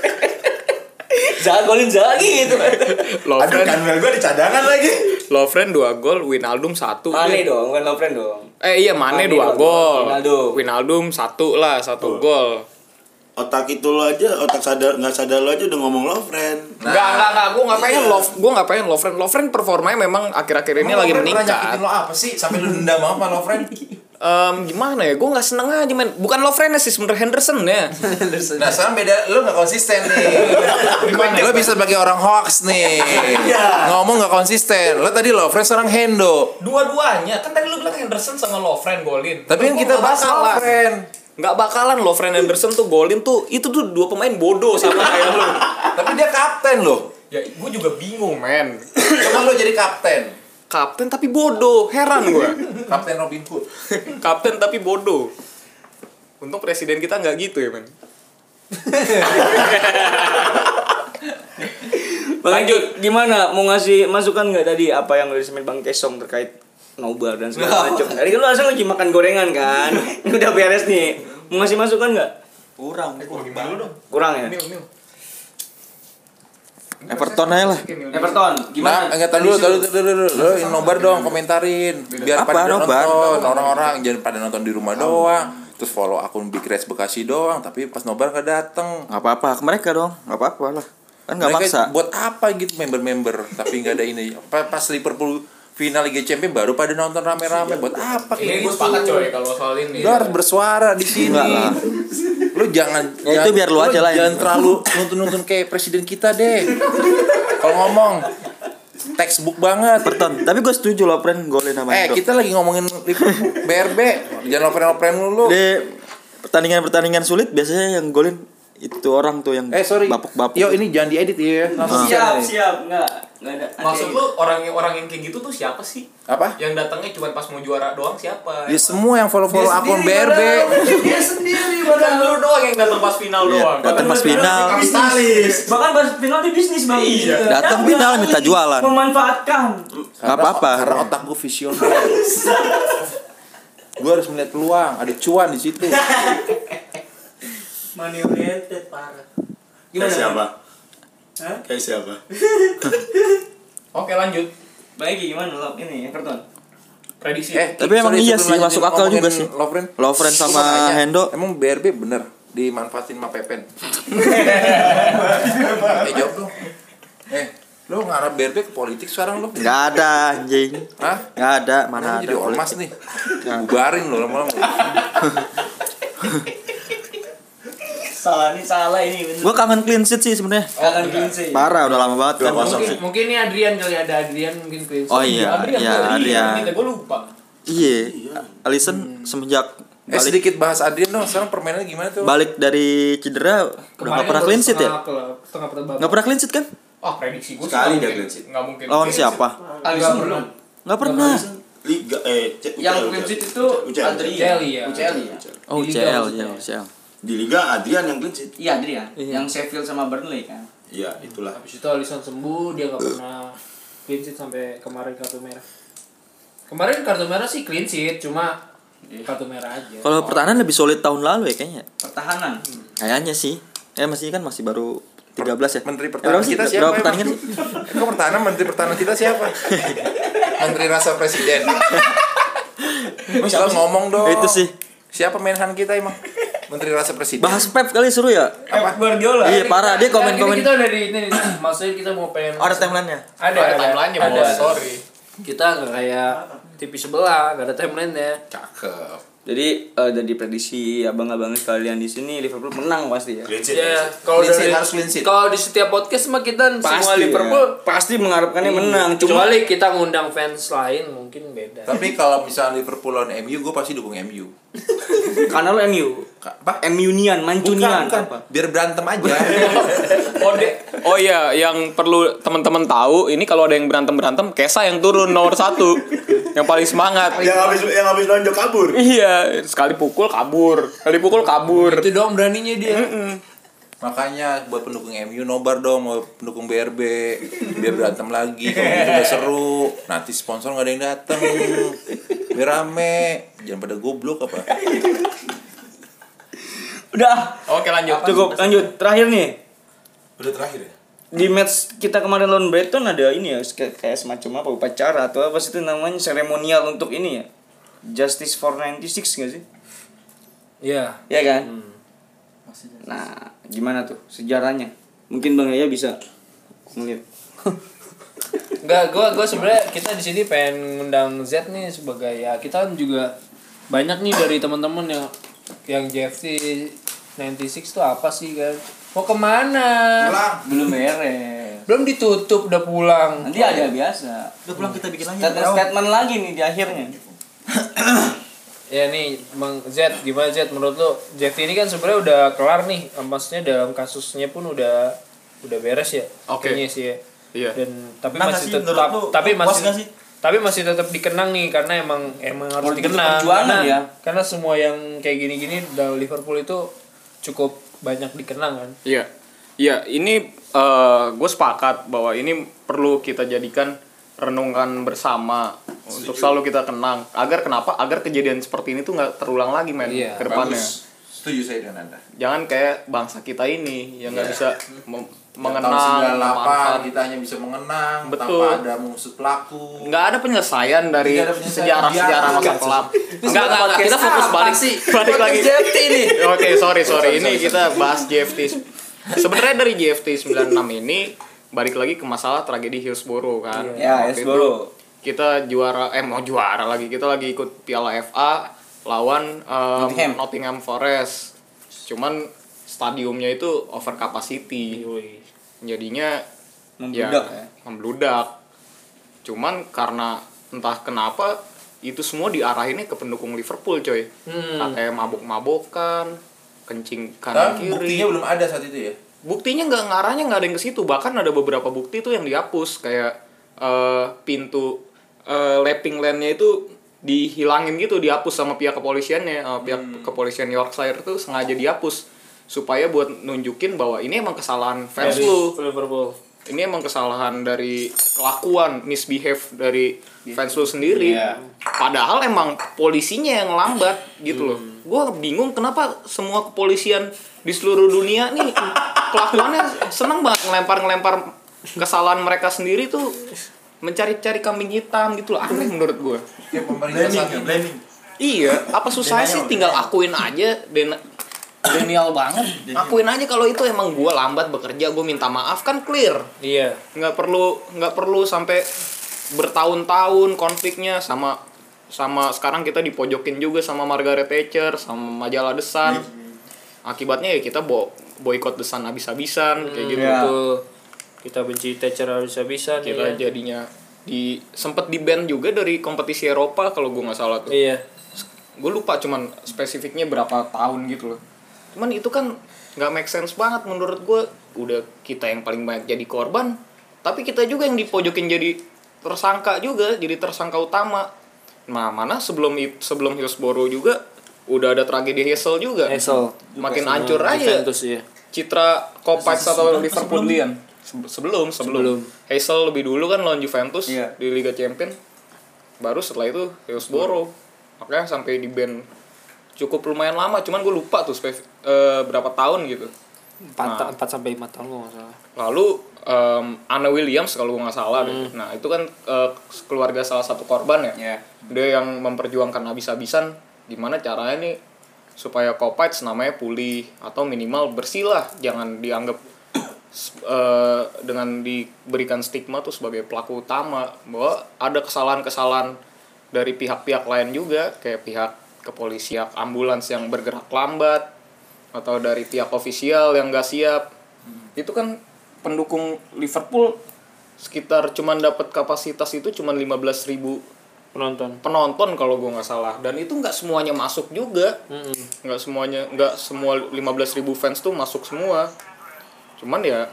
[SPEAKER 2] Jangan golin Zagi gitu.
[SPEAKER 1] Aduh,
[SPEAKER 4] Lovren
[SPEAKER 1] kan gue di cadangan lagi.
[SPEAKER 4] Lovren dua gol, Wijnaldum satu.
[SPEAKER 2] Mane dong, bukan Lovren dong.
[SPEAKER 4] Eh iya Mane,
[SPEAKER 2] Mane
[SPEAKER 4] dua
[SPEAKER 2] dua
[SPEAKER 4] gol.
[SPEAKER 2] gol, Wijnaldum.
[SPEAKER 4] Wijnaldum satu lah, satu
[SPEAKER 1] Tuh.
[SPEAKER 4] gol.
[SPEAKER 1] Otak itu lo aja, otak sadar nggak sadar lo aja udah ngomong Lovren.
[SPEAKER 4] Enggak, enggak, enggak, gue nggak pengen love, gue nggak pengen Lovren. Lovren performanya memang akhir-akhir ini
[SPEAKER 5] Emang
[SPEAKER 4] lagi
[SPEAKER 5] Lovren pernah
[SPEAKER 4] meningkat.
[SPEAKER 5] nyakitin lo apa sih sampai lu dendam apa Lovren?
[SPEAKER 4] Em, gimana ya? Gue nggak seneng aja men. Bukan Lovren sih sebenernya Henderson ya.
[SPEAKER 5] Nah sekarang beda, lo gak konsisten nih. Lo bisa sebagai orang hoax nih. Ngomong gak konsisten. Lo tadi Lovren sekarang Hendo.
[SPEAKER 7] Dua-duanya. Kan tadi lu bilang Henderson sama Lovren golin.
[SPEAKER 5] Tapi kan kita
[SPEAKER 4] Nggak
[SPEAKER 5] bahas
[SPEAKER 4] bakalan.
[SPEAKER 5] Lovren.
[SPEAKER 4] Nggak bakalan Lovren Henderson tuh golin tuh. Itu tuh dua pemain bodoh sama kayak lu.
[SPEAKER 5] Tapi dia kapten loh.
[SPEAKER 7] Ya, gue juga bingung, men.
[SPEAKER 5] Coba lo jadi kapten.
[SPEAKER 4] Kapten tapi bodoh. Heran gue.
[SPEAKER 5] Kapten Robin Hood.
[SPEAKER 4] Kapten tapi bodoh. Untung presiden kita nggak gitu ya men.
[SPEAKER 2] Bang Lanjut, gimana? Mau ngasih masukan nggak tadi apa yang udah disampaikan Bang Kesong terkait nobar dan segala macam? Tadi kan lu asal lagi makan gorengan kan? Ini udah beres nih. Mau ngasih masukan nggak?
[SPEAKER 6] Kurang.
[SPEAKER 2] Kurang ya?
[SPEAKER 6] Everton aja lah.
[SPEAKER 2] Everton,
[SPEAKER 5] Nah,
[SPEAKER 2] gimana?
[SPEAKER 5] enggak tahu dulu, tahu dulu, dulu, dulu, dulu, nobar dong, komentarin. Biar
[SPEAKER 6] Apa,
[SPEAKER 5] pada
[SPEAKER 6] nobar?
[SPEAKER 5] nonton, orang-orang jangan pada nonton di rumah doang. Terus follow akun Big Reds Bekasi doang, tapi pas nobar nggak dateng.
[SPEAKER 6] Nggak apa-apa ke mereka dong. Nggak apa-apa lah. Kan nggak
[SPEAKER 5] Mereka
[SPEAKER 6] maksa.
[SPEAKER 5] buat apa gitu member-member, tapi nggak ada ini. Pa- Pas Liverpool final Liga Champions baru pada nonton rame-rame. Buat apa
[SPEAKER 7] Ini
[SPEAKER 5] kayak
[SPEAKER 7] gue
[SPEAKER 5] gitu?
[SPEAKER 7] sepakat coy kalau soal ini.
[SPEAKER 5] Lu harus bersuara di sini.
[SPEAKER 6] Enggak lah.
[SPEAKER 5] Lu jangan
[SPEAKER 6] Ya, itu
[SPEAKER 5] jangan-
[SPEAKER 6] biar lu aja lah yang-
[SPEAKER 5] Jangan terlalu nuntun-nuntun kayak presiden kita deh. Kalau ngomong textbook banget.
[SPEAKER 6] Everton. Tapi gue setuju loh friend golin sama
[SPEAKER 5] Eh,
[SPEAKER 6] Hendro.
[SPEAKER 5] kita lagi ngomongin Liverpool, B R B. Jangan open-open dulu.
[SPEAKER 6] Di pertandingan-pertandingan sulit biasanya yang golin itu orang tuh yang
[SPEAKER 5] Eh, sorry.
[SPEAKER 6] bapuk-bapuk.
[SPEAKER 5] Yo, ini jangan diedit ya. Langsung
[SPEAKER 2] Siap,
[SPEAKER 5] share nih.
[SPEAKER 2] siap, enggak. Enggak ada.
[SPEAKER 7] Maksud lu orang yang orang yang kayak gitu tuh siapa sih?
[SPEAKER 5] Apa?
[SPEAKER 7] Yang datangnya cuma pas mau juara doang siapa?
[SPEAKER 5] Ya semua yang follow-follow akun B R B.
[SPEAKER 7] Dia sendiri padahal lu doang yang datang pas final
[SPEAKER 6] Iya,
[SPEAKER 7] doang.
[SPEAKER 6] datang pas final.
[SPEAKER 2] Bisnis. Bahkan pas final di bisnis Bang. Iya.
[SPEAKER 6] Datang final minta jualan.
[SPEAKER 2] Memanfaatkan.
[SPEAKER 6] Nggak apa-apa.
[SPEAKER 5] Karena otak gue visioner. Gue harus melihat peluang, ada cuan di situ.
[SPEAKER 2] Money oriented parah.
[SPEAKER 1] Kayak siapa?
[SPEAKER 2] Hah?
[SPEAKER 1] Kayak siapa?
[SPEAKER 7] Oke, lanjut.
[SPEAKER 2] Baik gimana lo ini Everton?
[SPEAKER 7] Prediksi.
[SPEAKER 5] Eh,
[SPEAKER 6] Tapi emang
[SPEAKER 5] sorry,
[SPEAKER 6] iya
[SPEAKER 5] sebelum
[SPEAKER 6] sih,
[SPEAKER 5] lanjutin
[SPEAKER 6] masuk akal
[SPEAKER 5] ngomongin
[SPEAKER 6] juga sih.
[SPEAKER 5] Lovren.
[SPEAKER 6] Lovren sama
[SPEAKER 5] Gua mau tanya,
[SPEAKER 6] Hendo.
[SPEAKER 5] Emang B R B bener dimanfaatin sama Pepen? Eh, jawab dong. Eh, lu ngarap B R B ke politik sekarang lu?
[SPEAKER 6] Nggak ada anjing.
[SPEAKER 5] Hah?
[SPEAKER 6] Nggak ada,
[SPEAKER 5] Mana
[SPEAKER 6] mana
[SPEAKER 5] jadi
[SPEAKER 6] ada.
[SPEAKER 5] ormas nih. Bubarin lu lama-lama.
[SPEAKER 2] Salah nih salah ini bener.
[SPEAKER 6] Gue kangen clean sheet sih sebenarnya.
[SPEAKER 2] Akan clean sih.
[SPEAKER 6] Parah, udah lama banget kan.
[SPEAKER 7] mungkin mungkin ini Adrian kali ada Adrian mungkin clean sheet.
[SPEAKER 6] Oh iya, iya Adrian.
[SPEAKER 7] Gue lupa.
[SPEAKER 6] Iya. Alisson semenjak
[SPEAKER 5] Eh
[SPEAKER 6] balik
[SPEAKER 5] sedikit bahas Adrian dong. Sekarang permainannya gimana tuh?
[SPEAKER 6] balik dari cedera udah nggak pernah clean sheet ya?
[SPEAKER 7] Setengah pertandingan.
[SPEAKER 6] Nggak pernah clean sheet kan?
[SPEAKER 7] Oh, prediksi gue
[SPEAKER 1] Sekali dia
[SPEAKER 7] nggak
[SPEAKER 1] clean
[SPEAKER 7] mungkin.
[SPEAKER 1] sheet.
[SPEAKER 7] Nggak mungkin.
[SPEAKER 6] Lawan
[SPEAKER 7] Clean
[SPEAKER 6] siapa?
[SPEAKER 7] sheet.
[SPEAKER 2] Alisson
[SPEAKER 7] Nggak
[SPEAKER 2] belum.
[SPEAKER 6] Nggak pernah.
[SPEAKER 1] Liga eh C-
[SPEAKER 2] Yang
[SPEAKER 1] U C L,
[SPEAKER 2] clean sheet
[SPEAKER 1] U C L.
[SPEAKER 2] itu
[SPEAKER 1] U C L.
[SPEAKER 2] Adrian.
[SPEAKER 7] Celly ya.
[SPEAKER 2] U C L ya.
[SPEAKER 6] Oh
[SPEAKER 7] Di
[SPEAKER 6] C
[SPEAKER 7] Liga
[SPEAKER 6] L
[SPEAKER 7] maksudnya.
[SPEAKER 6] ya C L.
[SPEAKER 1] Di Liga Adrian yang clean sheet.
[SPEAKER 2] Iya Adrian.
[SPEAKER 6] Iya.
[SPEAKER 2] Yang Sheffield sama Burnley kan.
[SPEAKER 1] Iya, itulah.
[SPEAKER 7] Habis itu Alisson sembuh, dia nggak pernah clean sheet sampai kemarin kartu merah. Kemarin kartu merah sih clean sheet, cuma kartu merah aja.
[SPEAKER 6] Kalau pertahanan lebih solid tahun lalu ya kayaknya.
[SPEAKER 2] Pertahanan.
[SPEAKER 6] Kayaknya sih. Ya masih kan masih baru tiga belas ya.
[SPEAKER 5] Menteri
[SPEAKER 6] Eh, berapa
[SPEAKER 5] pertahanan
[SPEAKER 6] sih?
[SPEAKER 5] kita
[SPEAKER 6] Berapa
[SPEAKER 5] siapa?
[SPEAKER 6] pertandingan
[SPEAKER 5] emang?
[SPEAKER 6] sih?
[SPEAKER 5] Eh, kok pertahanan menteri pertahanan kita siapa? Menteri rasa presiden. Kita ngomong dong.
[SPEAKER 6] Itu sih.
[SPEAKER 5] Siapa menhan kita emang? Menteri rasa presiden.
[SPEAKER 6] Bahas Pep kali seru ya?
[SPEAKER 2] Apa? Guardiola.
[SPEAKER 6] Iya parah dia komen-komen.
[SPEAKER 7] Kita udah di ini, maksudnya kita mau pengen.
[SPEAKER 6] Oh, ada timelinenya.
[SPEAKER 7] Ada,
[SPEAKER 4] Ada timelinenya,
[SPEAKER 7] ada.
[SPEAKER 4] bos.
[SPEAKER 7] Sorry. Kita nggak kayak T V sebelah, nggak ada timelinenya.
[SPEAKER 5] Cakep.
[SPEAKER 2] Jadi uh, dari prediksi abang-abang sekalian di sini Liverpool menang pasti ya.
[SPEAKER 1] Clean sheet.
[SPEAKER 7] Ya, kalau
[SPEAKER 5] Clean
[SPEAKER 7] dari
[SPEAKER 5] sheet, harus clean sheet.
[SPEAKER 7] kalau di setiap podcast mah kita semua
[SPEAKER 2] Pasti
[SPEAKER 7] Liverpool
[SPEAKER 2] ya. Pasti mengharapkannya menang. Cuma
[SPEAKER 7] kecuali kita ngundang fans lain mungkin beda.
[SPEAKER 5] Tapi kalau misalnya Liverpool lawan M U, gue pasti dukung M U.
[SPEAKER 2] karena lo M U.
[SPEAKER 5] Apa?
[SPEAKER 2] M U-nian, Mancunian
[SPEAKER 5] Bukan, bukan.
[SPEAKER 2] apa?
[SPEAKER 5] Biar berantem aja.
[SPEAKER 4] Oh, de- oh iya, yang perlu teman-teman tahu ini kalau ada yang berantem berantem, Kesa yang turun nomor satu, yang paling semangat.
[SPEAKER 1] Yang habis yang habis lonjok kabur.
[SPEAKER 4] Iya, sekali pukul kabur, sekali pukul kabur.
[SPEAKER 7] Itu dong beraninya dia.
[SPEAKER 5] Makanya buat pendukung M U nobar dong, mau pendukung B R B biar berantem lagi. Kalau gitu udah seru. Nanti sponsor nggak ada yang dateng. Biar rame. Jangan pada goblok apa.
[SPEAKER 2] Udah.
[SPEAKER 4] Oke, lanjut.
[SPEAKER 2] Cukup, lanjut. Terakhir nih.
[SPEAKER 1] Udah terakhir ya?
[SPEAKER 2] Di match kita kemarin lawan Brighton ada ini ya kayak kayak semacam apa upacara atau apa sih itu namanya seremonial untuk ini ya. Justice for ninety-six enggak sih?
[SPEAKER 7] Iya.
[SPEAKER 2] Iya kan? Nah, gimana tuh sejarahnya? Mungkin Bang Yaya bisa ngeliat.
[SPEAKER 7] Enggak, gua gua sebenarnya kita di sini pengen ngundang Z nih sebagai ya kita kan juga banyak nih dari teman-teman yang yang J F T ninety-six tuh apa sih kan? Mau kemana?
[SPEAKER 2] Belum beres.
[SPEAKER 7] Belum ditutup udah pulang.
[SPEAKER 2] Nanti ada biasa.
[SPEAKER 6] Udah pulang kita bikin lagi.
[SPEAKER 2] Statement, statement lagi nih di akhirnya.
[SPEAKER 7] Ya nih, Bang Z, gimana Z menurut lo? J F T ini kan sebenarnya udah kelar nih, maksudnya dalam kasusnya pun udah udah beres ya.
[SPEAKER 4] Oke.
[SPEAKER 7] Kayaknya sih ya.
[SPEAKER 4] Iya.
[SPEAKER 7] Dan tapi
[SPEAKER 6] Nah, nggak
[SPEAKER 7] masih
[SPEAKER 6] sih,
[SPEAKER 7] tetap
[SPEAKER 6] menurut lu,
[SPEAKER 7] tapi
[SPEAKER 6] lu puas
[SPEAKER 7] masih
[SPEAKER 6] nggak sih?
[SPEAKER 7] tapi masih tetap dikenang nih karena emang emang harus
[SPEAKER 2] Politik
[SPEAKER 7] dikenang
[SPEAKER 2] perjuangan
[SPEAKER 7] karena,
[SPEAKER 2] ya.
[SPEAKER 7] karena semua yang kayak gini-gini dari Liverpool itu cukup banyak dikenang kan.
[SPEAKER 4] Iya. Iya, ini uh, gue sepakat bahwa ini perlu kita jadikan renungan bersama untuk selalu kita kenang agar kenapa agar kejadian seperti ini tuh nggak terulang lagi men
[SPEAKER 7] Iya,
[SPEAKER 4] ke depannya.
[SPEAKER 5] Setuju saya dengan Anda.
[SPEAKER 4] Jangan kayak bangsa kita ini yang nggak
[SPEAKER 5] Iya.
[SPEAKER 4] bisa mem-
[SPEAKER 5] Tahun
[SPEAKER 4] mengenang
[SPEAKER 5] sembilan puluh delapan
[SPEAKER 4] memanfaat.
[SPEAKER 5] kita hanya bisa mengenang
[SPEAKER 4] Betul.
[SPEAKER 5] tanpa ada mengusut pelaku.
[SPEAKER 4] Nggak ada penyelesaian dari
[SPEAKER 5] Nggak ada penyelesaian.
[SPEAKER 4] sejarah-sejarah
[SPEAKER 5] Biar-
[SPEAKER 4] masa kelam. Enggak, enggak, enggak, kita fokus balik balik lagi.
[SPEAKER 6] J F T nih.
[SPEAKER 4] Oke, sorry, sorry. Ini kita bahas J F T. Sebenarnya dari J F T sembilan puluh enam ini balik lagi ke masalah tragedi Hillsborough kan.
[SPEAKER 6] Ya,
[SPEAKER 4] Waktu itu
[SPEAKER 6] Hillsborough.
[SPEAKER 4] Kita juara eh mau juara lagi. Kita lagi ikut Piala F A lawan um,
[SPEAKER 6] Nottingham.
[SPEAKER 4] Nottingham Forest. Cuman stadiumnya itu over capacity. Jadinya
[SPEAKER 6] Membludak
[SPEAKER 4] ya,
[SPEAKER 6] ya.
[SPEAKER 4] membludak. Cuman karena entah kenapa itu semua diarahinnya ke pendukung Liverpool coy.
[SPEAKER 7] Hmm.
[SPEAKER 4] Katanya mabok-mabokan, kencing
[SPEAKER 5] Dan
[SPEAKER 4] kanan kiri.
[SPEAKER 5] buktinya belum ada saat itu ya.
[SPEAKER 4] Buktinya nggak ngarahnya nggak ada yang ke situ. Bahkan ada beberapa bukti tuh yang dihapus kayak eh, pintu eh, lapping lane-nya itu dihilangin gitu, dihapus sama pihak kepolisiannya. Eh, pihak
[SPEAKER 5] Hmm.
[SPEAKER 4] kepolisian Yorkshire tuh sengaja dihapus supaya buat nunjukin bahwa ini emang kesalahan fans lu.
[SPEAKER 7] Liverpool.
[SPEAKER 4] Ini emang kesalahan dari kelakuan misbehave dari fans lu sendiri.
[SPEAKER 6] Iya.
[SPEAKER 4] Padahal emang polisinya yang lambat gitu loh. Gue bingung kenapa semua kepolisian di seluruh dunia nih kelakuannya seneng banget ngelempar-ngelempar kesalahan mereka sendiri tuh mencari-cari kambing hitam gitu loh. Aneh menurut gue.
[SPEAKER 5] Kayak pemerintah saat ini.
[SPEAKER 4] Iya, apa susahnya sih tinggal akuin aja dan
[SPEAKER 6] Genial banget.
[SPEAKER 4] akuin aja kalau itu emang gue lambat bekerja, gue minta maaf kan clear.
[SPEAKER 7] Iya.
[SPEAKER 4] nggak perlu nggak perlu sampai bertahun-tahun konfliknya sama sama sekarang kita dipojokin juga sama Margaret Thatcher sama majalah The Sun. Akibatnya ya kita bo boikot The Sun habis-habisan kayak gitu.
[SPEAKER 6] Iya.
[SPEAKER 7] Betul. Kita benci Thatcher habis-habisan
[SPEAKER 4] Kita
[SPEAKER 7] ya.
[SPEAKER 4] jadinya di sempet di ban juga dari kompetisi Eropa kalau gue nggak salah tuh.
[SPEAKER 7] Iya.
[SPEAKER 4] Gue lupa cuman spesifiknya berapa tahun gitu loh. Cuman itu kan nggak make sense banget menurut gue. Udah kita yang paling banyak jadi korban, tapi kita juga yang dipojokin jadi tersangka juga, jadi tersangka utama. Nah, mana sebelum i- sebelum Hillsborough juga udah ada tragedi Hazel juga.
[SPEAKER 7] Hazel.
[SPEAKER 4] Makin
[SPEAKER 7] Sama
[SPEAKER 4] hancur aja
[SPEAKER 7] Juventus ya.
[SPEAKER 4] citra Kovacs atau Liverpoolian. Se- Sebelum, sebelum.
[SPEAKER 7] Sebelum.
[SPEAKER 4] Hazel lebih dulu kan lawan Juventus
[SPEAKER 6] Iya.
[SPEAKER 4] di Liga Champions. Baru setelah itu Hillsborough. Makanya sampai di ban cukup lumayan lama, cuman gue lupa tuh spef- eh, berapa tahun gitu.
[SPEAKER 7] empat sampai lima tahun gua enggak salah.
[SPEAKER 4] Lalu um, Anna Williams kalau gue nggak salah deh. Nah itu kan eh, keluarga salah satu korban ya.
[SPEAKER 6] Iya.
[SPEAKER 4] Dia yang memperjuangkan habis-habisan gimana caranya nih supaya Kovacs namanya pulih atau minimal bersih lah, jangan dianggap eh, dengan diberikan stigma tuh sebagai pelaku utama, bahwa ada kesalahan-kesalahan dari pihak-pihak lain juga kayak pihak kepolisian, ambulans yang bergerak lambat, atau dari pihak ofisial yang gak siap. Itu kan pendukung Liverpool sekitar cuman dapat kapasitas itu cuman lima belas ribu
[SPEAKER 7] Penonton.
[SPEAKER 4] penonton kalau gue nggak salah, dan itu nggak semuanya masuk juga.
[SPEAKER 7] Mm-mm.
[SPEAKER 4] Nggak semuanya, nggak semua lima belas ribu fans tuh masuk semua. Cuman ya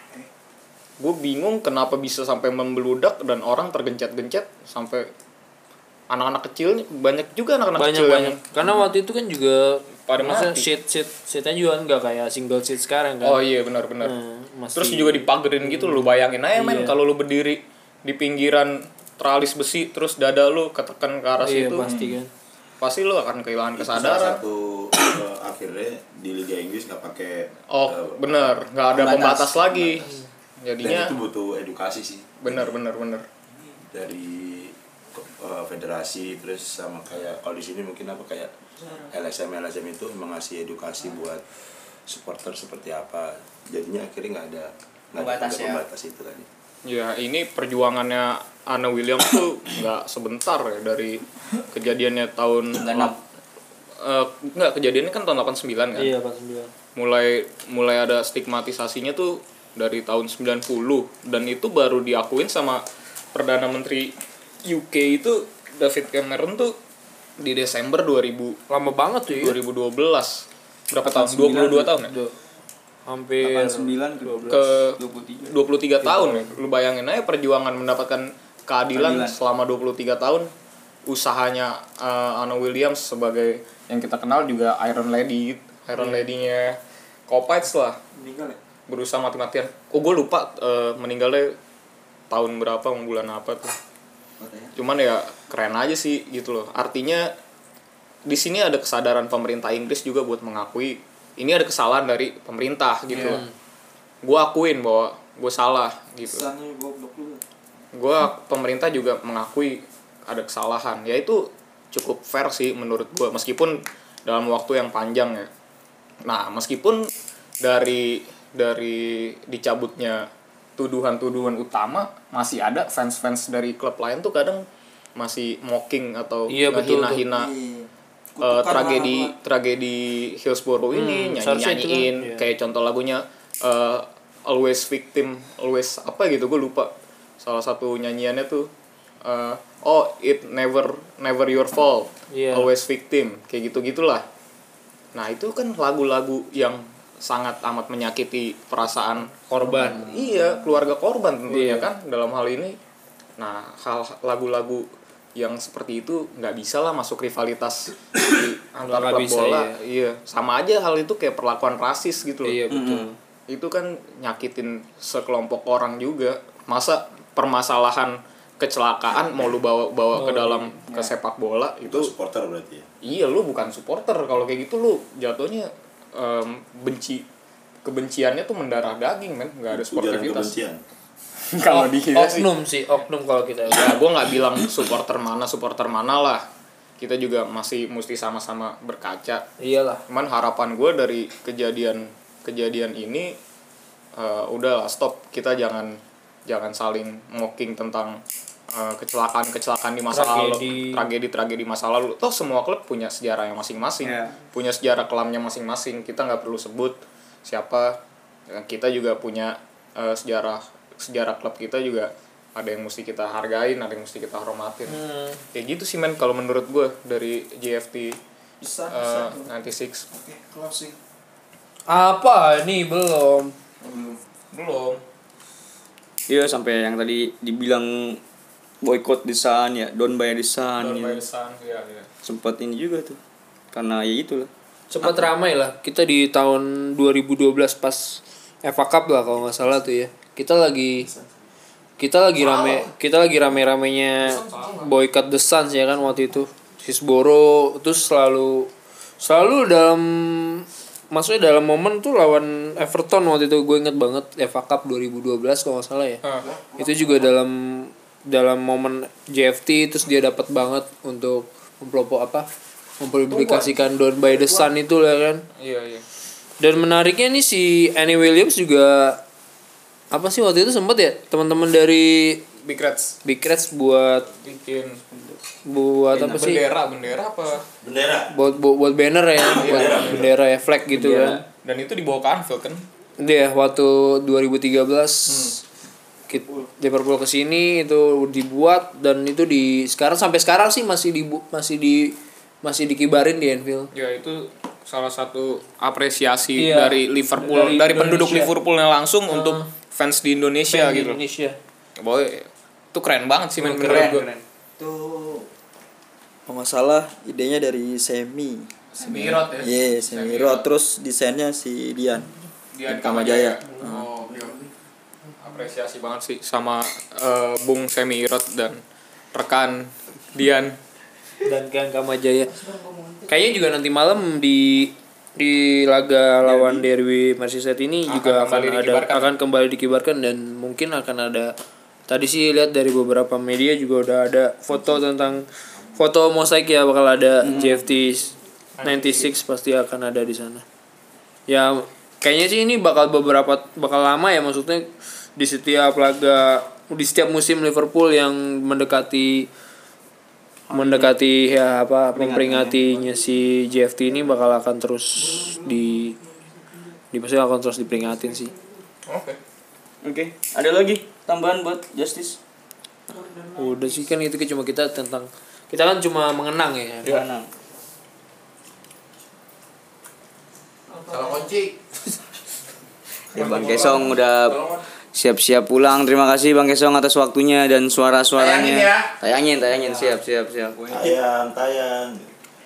[SPEAKER 4] gue bingung kenapa bisa sampai membeludak dan orang tergencet-gencet sampai anak-anak kecil, banyak juga anak-anak
[SPEAKER 7] Banyak
[SPEAKER 4] kecil
[SPEAKER 7] banyak.
[SPEAKER 4] yang
[SPEAKER 7] Karena waktu itu kan juga
[SPEAKER 4] Pada
[SPEAKER 7] masa
[SPEAKER 4] mati.
[SPEAKER 7] seat seat seatnya juga nggak kayak single seat sekarang kan.
[SPEAKER 4] oh iya benar-benar.
[SPEAKER 7] Hmm, masih-
[SPEAKER 4] Terus juga dipagerin gitu, lu bayangin aja men
[SPEAKER 7] Iya.
[SPEAKER 4] kalau lu berdiri di pinggiran teralis besi terus dada lu ketekan ke arah
[SPEAKER 7] Iya
[SPEAKER 4] situ,
[SPEAKER 7] pasti kan.
[SPEAKER 4] pasti lu akan kehilangan
[SPEAKER 1] Itu salah
[SPEAKER 4] kesadaran.
[SPEAKER 1] satu eh, akhirnya di Liga Inggris nggak pakai
[SPEAKER 4] Oh
[SPEAKER 1] eh,
[SPEAKER 4] bener, nggak ada
[SPEAKER 6] pembatas.
[SPEAKER 4] pembatas lagi.
[SPEAKER 1] dan
[SPEAKER 4] Jadinya
[SPEAKER 1] itu butuh edukasi sih
[SPEAKER 4] bener bener bener.
[SPEAKER 1] dari eh, federasi, terus sama kayak kalau di sini mungkin apa kayak L S M L S M itu emang ngasih edukasi buat supporter seperti apa, jadinya akhirnya nggak ada nggak ada
[SPEAKER 6] Pembatas
[SPEAKER 1] ada
[SPEAKER 6] ya.
[SPEAKER 1] pembatas itu tadi.
[SPEAKER 4] Ya ini perjuangannya Anna Williams tuh nggak sebentar ya, dari kejadiannya tahun
[SPEAKER 6] sembilan puluh enam.
[SPEAKER 4] Eh, nggak, kejadiannya kan tahun delapan puluh sembilan kan.
[SPEAKER 7] Iya pas sembilan.
[SPEAKER 4] Mulai mulai ada stigmatisasinya tuh dari tahun sembilan puluh, dan itu baru diakuin sama Perdana Menteri U K itu David Cameron tuh di Desember dua ribu
[SPEAKER 7] Lama banget tuh ya.
[SPEAKER 4] dua ribu dua belas. Berapa tahun? dua puluh dua tahun ya?
[SPEAKER 7] Udah. Hampir
[SPEAKER 6] delapan puluh sembilan ke
[SPEAKER 4] Ke
[SPEAKER 6] dua puluh tiga.
[SPEAKER 4] dua puluh tiga tahun ya. Lu bayangin aja perjuangan mendapatkan keadilan
[SPEAKER 6] Keadilan.
[SPEAKER 4] selama dua puluh tiga tahun. Usahanya uh, Anna Williams sebagai yang kita kenal juga Iron Lady, Iron Lady-nya Kovacs lah.
[SPEAKER 6] Meninggal ya?
[SPEAKER 4] berusaha mati-matian. Oh gue lupa uh, meninggalnya tahun berapa, bulan apa tuh. Cuman ya keren aja sih gitu loh. Artinya di sini ada kesadaran pemerintah Inggris juga buat mengakui ini ada kesalahan dari pemerintah gitu yeah. loh. Gue akuin bahwa gue salah gitu. Gue pemerintah juga mengakui ada kesalahan. Ya itu cukup fair sih menurut gue meskipun dalam waktu yang panjang ya. Nah meskipun dari dari dicabutnya tuduhan-tuduhan utama masih ada fans-fans dari klub lain tuh kadang masih mocking atau
[SPEAKER 3] iya,
[SPEAKER 4] hina-hina uh, tragedi mana-mana. tragedi Hillsborough ini hmm, nyanyi-nyanyiin kan? Kayak contoh lagunya uh, Always Victim, Always apa gitu gue lupa. Salah satu nyanyiannya tuh uh, oh it never never your fault, yeah. Always Victim, kayak gitu-gitulah. Nah, itu kan lagu-lagu yang sangat amat menyakiti perasaan
[SPEAKER 3] korban.
[SPEAKER 4] Iya, keluarga korban tentunya yeah. kan dalam hal ini. Nah, hal lagu-lagu yang seperti itu nggak bisa lah masuk rivalitas di antar klub bola. Ya. Iya, sama aja hal itu kayak perlakuan rasis gitu loh.
[SPEAKER 3] Iya, betul.
[SPEAKER 4] Mm-hmm. Itu kan nyakitin sekelompok orang juga. Masa permasalahan kecelakaan mau lu bawa bawa oh, ke dalam iya. ke sepak bola itu
[SPEAKER 1] supporter berarti ya.
[SPEAKER 4] Iya, lu bukan supporter. Kalau kayak gitu lu jatuhnya um, benci kebenciannya tuh mendarah daging, men. Enggak ada sportivitas.
[SPEAKER 3] Kalau di oknum sih, oknum kalau kita.
[SPEAKER 4] Ya, gue nggak bilang supporter mana, supporter mana lah. Kita juga masih mesti sama-sama berkaca.
[SPEAKER 3] Iyalah.
[SPEAKER 4] Cuman harapan gue dari kejadian kejadian ini, uh, udahlah stop. Kita jangan jangan saling mocking tentang uh, kecelakaan-kecelakaan di masa lalu, tragedi-tragedi masa lalu. Toh semua klub punya sejarah yang masing-masing, yeah. punya sejarah kelamnya masing-masing. Kita nggak perlu sebut siapa. Kita juga punya uh, sejarah sejarah klub kita juga ada yang mesti kita hargain, ada yang mesti kita hormatin. Hmm. Kayak gitu sih men kalau menurut gue dari J F T
[SPEAKER 6] bisa,
[SPEAKER 4] uh,
[SPEAKER 6] bisa,
[SPEAKER 4] sembilan puluh enam.
[SPEAKER 6] Oke, closing.
[SPEAKER 3] Apa nih belum?
[SPEAKER 4] Belum. Belum.
[SPEAKER 6] Iya sampai yang tadi dibilang boykot di Sun ya, don't buy the Sun.
[SPEAKER 4] Don't buy the Sun, ya, ya.
[SPEAKER 6] Sempat ini juga tuh. Karena ya itulah.
[SPEAKER 3] Sempat ramai lah. Kita di tahun dua ribu dua belas pas F A Cup lah kalau nggak salah tuh ya. Kita lagi kita lagi rame kita lagi rame-ramenya boycott the Suns ya kan waktu itu. Hillsborough terus selalu selalu dalam maksudnya dalam momen tuh lawan Everton waktu itu gue inget banget F A Cup dua ribu dua belas kalau nggak salah ya. Uh. Itu juga dalam dalam momen J F T terus dia dapat banget untuk mempelopor apa mempublikasikan Don't Buy the Sun itu lah kan.
[SPEAKER 4] Iya iya.
[SPEAKER 3] Dan menariknya nih si Annie Williams juga apa sih waktu itu sempat ya teman-teman dari
[SPEAKER 4] Big Reds
[SPEAKER 3] Big Reds buat
[SPEAKER 4] bikin
[SPEAKER 3] buat apa
[SPEAKER 4] bendera,
[SPEAKER 3] sih
[SPEAKER 4] bendera bendera apa
[SPEAKER 1] bendera
[SPEAKER 3] buat buat, buat banner ya buat bendera, bendera ya flag gitu bendera. Kan
[SPEAKER 4] dan itu dibawa ke Anfield kan
[SPEAKER 3] dia waktu dua ribu tiga belas hmm. Liverpool kesini itu dibuat dan itu di sekarang sampai sekarang sih masih di masih di masih dikibarin di Anfield
[SPEAKER 4] ya. Itu salah satu apresiasi
[SPEAKER 3] iya.
[SPEAKER 4] dari Liverpool dari, dari penduduk Liverpoolnya langsung uh. untuk fans di Indonesia
[SPEAKER 3] fans
[SPEAKER 4] gitu.
[SPEAKER 3] Di Indonesia.
[SPEAKER 4] Boy, itu keren banget sih, men.
[SPEAKER 6] Keren, keren. keren. Itu kalau nggak salah idenya dari Semi.
[SPEAKER 4] Semirot ya.
[SPEAKER 6] Iya, yeah, Semirot. Terus desainnya si Dian.
[SPEAKER 4] Dian
[SPEAKER 6] Kamajaya.
[SPEAKER 4] Oh, iya. Apresiasi banget sih sama uh, Bung Semirot dan rekan Dian
[SPEAKER 3] dan Dian Kamajaya. Kayaknya juga nanti malam di di laga lawan Derby Merseyside ini akan juga akan ada akan kembali dikibarkan dan mungkin akan ada tadi sih lihat dari beberapa media juga udah ada foto tentang foto mosaik ya bakal ada hmm. J F T sembilan puluh enam pasti akan ada di sana. Ya kayaknya sih ini bakal beberapa bakal lama ya maksudnya di setiap laga di setiap musim Liverpool yang mendekati mendekati ya apa memperingatinya si J F T ini bakal akan terus di di pasti akan terus diperingatin sih.
[SPEAKER 6] Oke. Okay. Oke, okay. Ada lagi tambahan buat Justice?
[SPEAKER 3] Udah sih kan itu cuma kita tentang kita kan cuma mengenang ya.
[SPEAKER 6] Mengenang.
[SPEAKER 4] Salah kunci.
[SPEAKER 6] Ya Bang Kesong udah siap-siap pulang. Terima kasih Bang Kesong atas waktunya dan suara-suaranya.
[SPEAKER 4] Tayangin ya.
[SPEAKER 6] Tayangin, tayangin. Siap, siap, siap.
[SPEAKER 1] Tayang, tayang.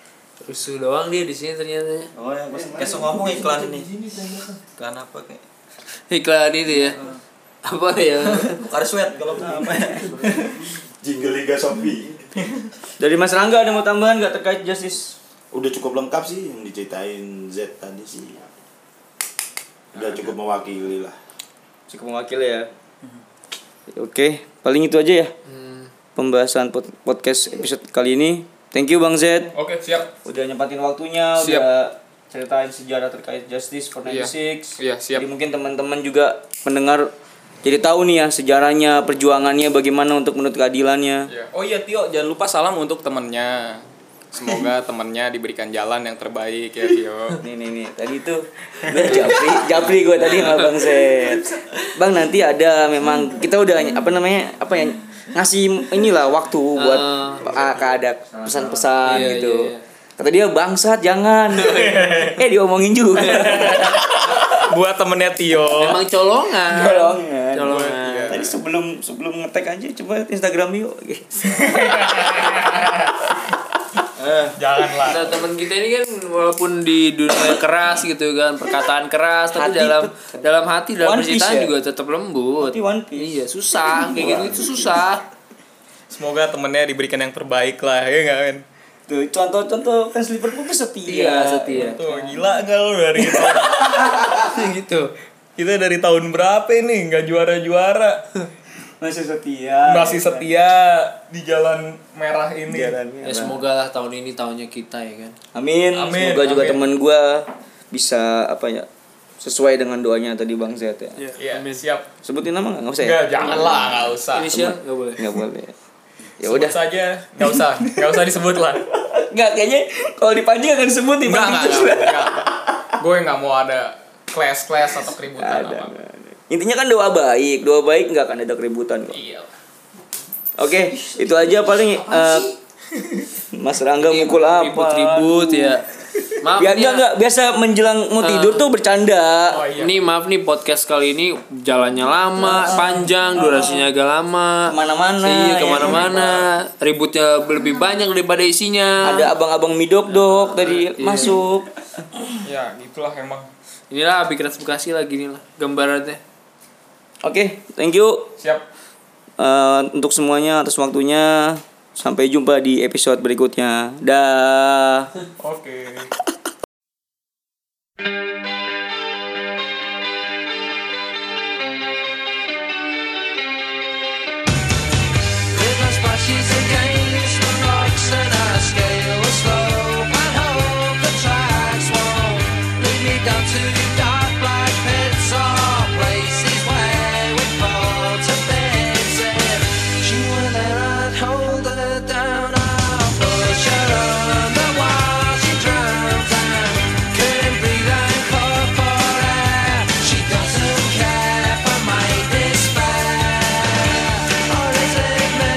[SPEAKER 3] Rusuh doang dia di sini ternyata.
[SPEAKER 6] Oh ya, Kesong ngomong iklan ini. Iklan apa kayak?
[SPEAKER 3] Iklan itu ya. Apa ya?
[SPEAKER 6] Bukan sweat kalau apa ya.
[SPEAKER 1] Jingle Liga Shopee.
[SPEAKER 2] Dari Mas Rangga ada mau tambahan nggak terkait Justice?
[SPEAKER 1] Udah cukup lengkap sih yang diceritain Z tadi sih. Udah cukup mewakili lah.
[SPEAKER 2] Cukup mewakili ya. Oke, paling itu aja ya.
[SPEAKER 3] Hmm.
[SPEAKER 2] Pembahasan pod- podcast episode kali ini. Thank you Bang Z.
[SPEAKER 4] Oke, siap.
[SPEAKER 2] Udah nyempatin waktunya,
[SPEAKER 4] Siap.
[SPEAKER 2] udah ceritain sejarah terkait Justice for
[SPEAKER 4] Iya.
[SPEAKER 2] ninety-six.
[SPEAKER 4] Iya, siap.
[SPEAKER 2] Jadi mungkin teman-teman juga mendengar jadi tahu nih ya sejarahnya, perjuangannya bagaimana untuk menuntut keadilannya.
[SPEAKER 4] Ya. Oh iya Tio, jangan lupa salam untuk temennya. Semoga temennya diberikan jalan yang terbaik ya Tio.
[SPEAKER 2] Nih nih nih, tadi itu Japri, Japri gue tadi sama Bang Z. Bang nanti ada memang kita udah apa namanya apa ya ngasih inilah waktu buat uh, ada pesan-pesan
[SPEAKER 3] Iya,
[SPEAKER 2] gitu.
[SPEAKER 3] iya, iya.
[SPEAKER 2] Kata dia bangsat jangan. eh diomongin juga.
[SPEAKER 4] Buat temennya Tio.
[SPEAKER 3] Emang colongan.
[SPEAKER 2] Colongan.
[SPEAKER 3] Colongan.
[SPEAKER 4] Iya.
[SPEAKER 2] Tadi sebelum sebelum ngetek aja coba Instagram yuk.
[SPEAKER 4] Janganlah.
[SPEAKER 3] Nah teman kita ini kan walaupun di dunia keras gitu kan perkataan keras tapi
[SPEAKER 2] Hati
[SPEAKER 3] dalam
[SPEAKER 2] pet-
[SPEAKER 3] dalam hati dalam
[SPEAKER 2] One Piece
[SPEAKER 3] percintaan
[SPEAKER 2] ya?
[SPEAKER 3] juga tetap lembut.
[SPEAKER 2] Hati One Piece.
[SPEAKER 3] Iya susah kayak gitu itu susah.
[SPEAKER 4] Semoga temennya diberikan yang terbaik lah, ya nggak kan?
[SPEAKER 2] Tuh contoh-contoh fans Liverpool tuh setia.
[SPEAKER 3] Iya setia.
[SPEAKER 4] Tuh gila nggak lo dari itu?
[SPEAKER 3] gitu.
[SPEAKER 4] Kita dari tahun berapa ini nggak juara-juara?
[SPEAKER 2] Masih setia.
[SPEAKER 4] Masih setia di jalan merah ini.
[SPEAKER 2] Jalannya.
[SPEAKER 3] Ya semoga lah tahun ini tahunnya kita ya kan.
[SPEAKER 2] Amin.
[SPEAKER 4] Amin,
[SPEAKER 2] Semoga juga
[SPEAKER 4] amin.
[SPEAKER 2] teman gua bisa apa ya sesuai dengan doanya tadi Bang Z ya.
[SPEAKER 4] Iya, siap.
[SPEAKER 2] Sebutin nama nggak? Nggak usah ya?
[SPEAKER 4] Enggak, janganlah, nggak usah.
[SPEAKER 3] Inisial nggak boleh.
[SPEAKER 2] Nggak boleh. Ya
[SPEAKER 4] Sebut
[SPEAKER 2] udah.
[SPEAKER 4] saja, nggak usah, nggak usah disebut lah.
[SPEAKER 2] Nggak kayaknya kalau dipancing akan disebut nih
[SPEAKER 4] Enggak,
[SPEAKER 2] Bang.
[SPEAKER 4] enggak, enggak, enggak. Gue nggak mau ada clash-clash atau keributan
[SPEAKER 2] Ada.
[SPEAKER 4] apa.
[SPEAKER 2] Intinya kan doa baik, doa baik nggak akan ada keributan kok.
[SPEAKER 4] Iya.
[SPEAKER 2] Oke, itu aja paling eh, Mas Rangga mukul apa?
[SPEAKER 3] Ribut-ribut ya. Maaf
[SPEAKER 2] Biar
[SPEAKER 3] nih
[SPEAKER 2] enggak
[SPEAKER 3] ya.
[SPEAKER 2] enggak biasa menjelang mau tidur tuh bercanda.
[SPEAKER 4] Oh iya.
[SPEAKER 3] Ini maaf nih podcast kali ini jalannya lama, panjang, durasinya agak lama.
[SPEAKER 2] Kemana-mana,
[SPEAKER 3] Iya,
[SPEAKER 2] ya.
[SPEAKER 3] kemana-mana. Ributnya lebih banyak daripada isinya.
[SPEAKER 2] Ada abang-abang midok-dok tadi masuk.
[SPEAKER 4] Ya, gitulah emang.
[SPEAKER 3] Inilah Abikras Bekasi lah gini lah gambarannya.
[SPEAKER 2] Oke, thank you
[SPEAKER 4] Siap.
[SPEAKER 2] eh, untuk semuanya atas waktunya. Sampai jumpa di episode berikutnya. Dah.
[SPEAKER 4] Oke.
[SPEAKER 8] Rhythms brushes against the rocks and I scale a slope and hope the tracks won't lead me down to dark black pits or places where we fall to bits. If she were there I'd hold her down, I'll push her under while she drowns and couldn't breathe and call for air. She doesn't care for my despair. Or is it me?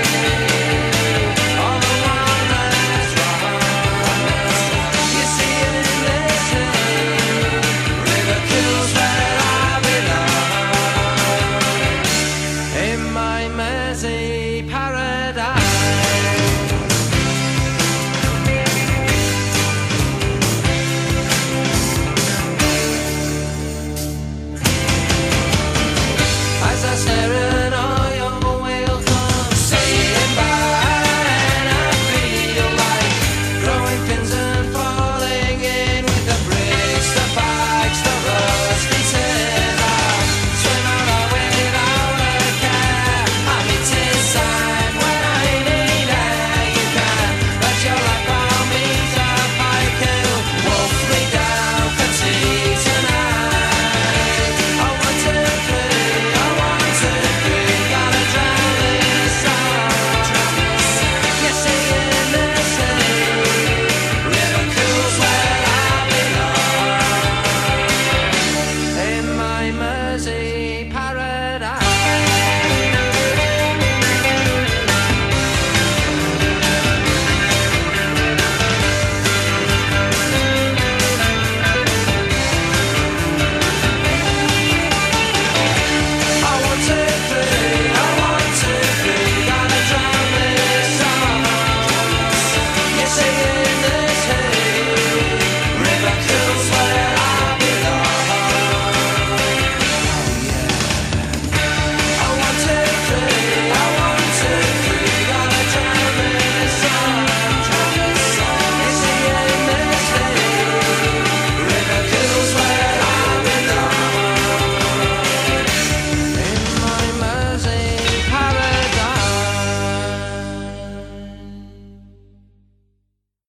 [SPEAKER 8] Or the one that's wrong? You see it in this sea. River kills where I belong. In my messy paradise. As I stare at all your will come sailing by, and I feel like growing pins and falling in with the bricks, the bags, the rusty sailor. Swim on without a care. I'm eating sand when I need air. You can let your life on me to pike and wolf me down for tea tonight. I want to free, I want to free, gotta drown this song. Yes, singing this sea, river cools where I belong. In my Mersey paradise. I want to free, I want to free, gotta drown this song. Yes, singing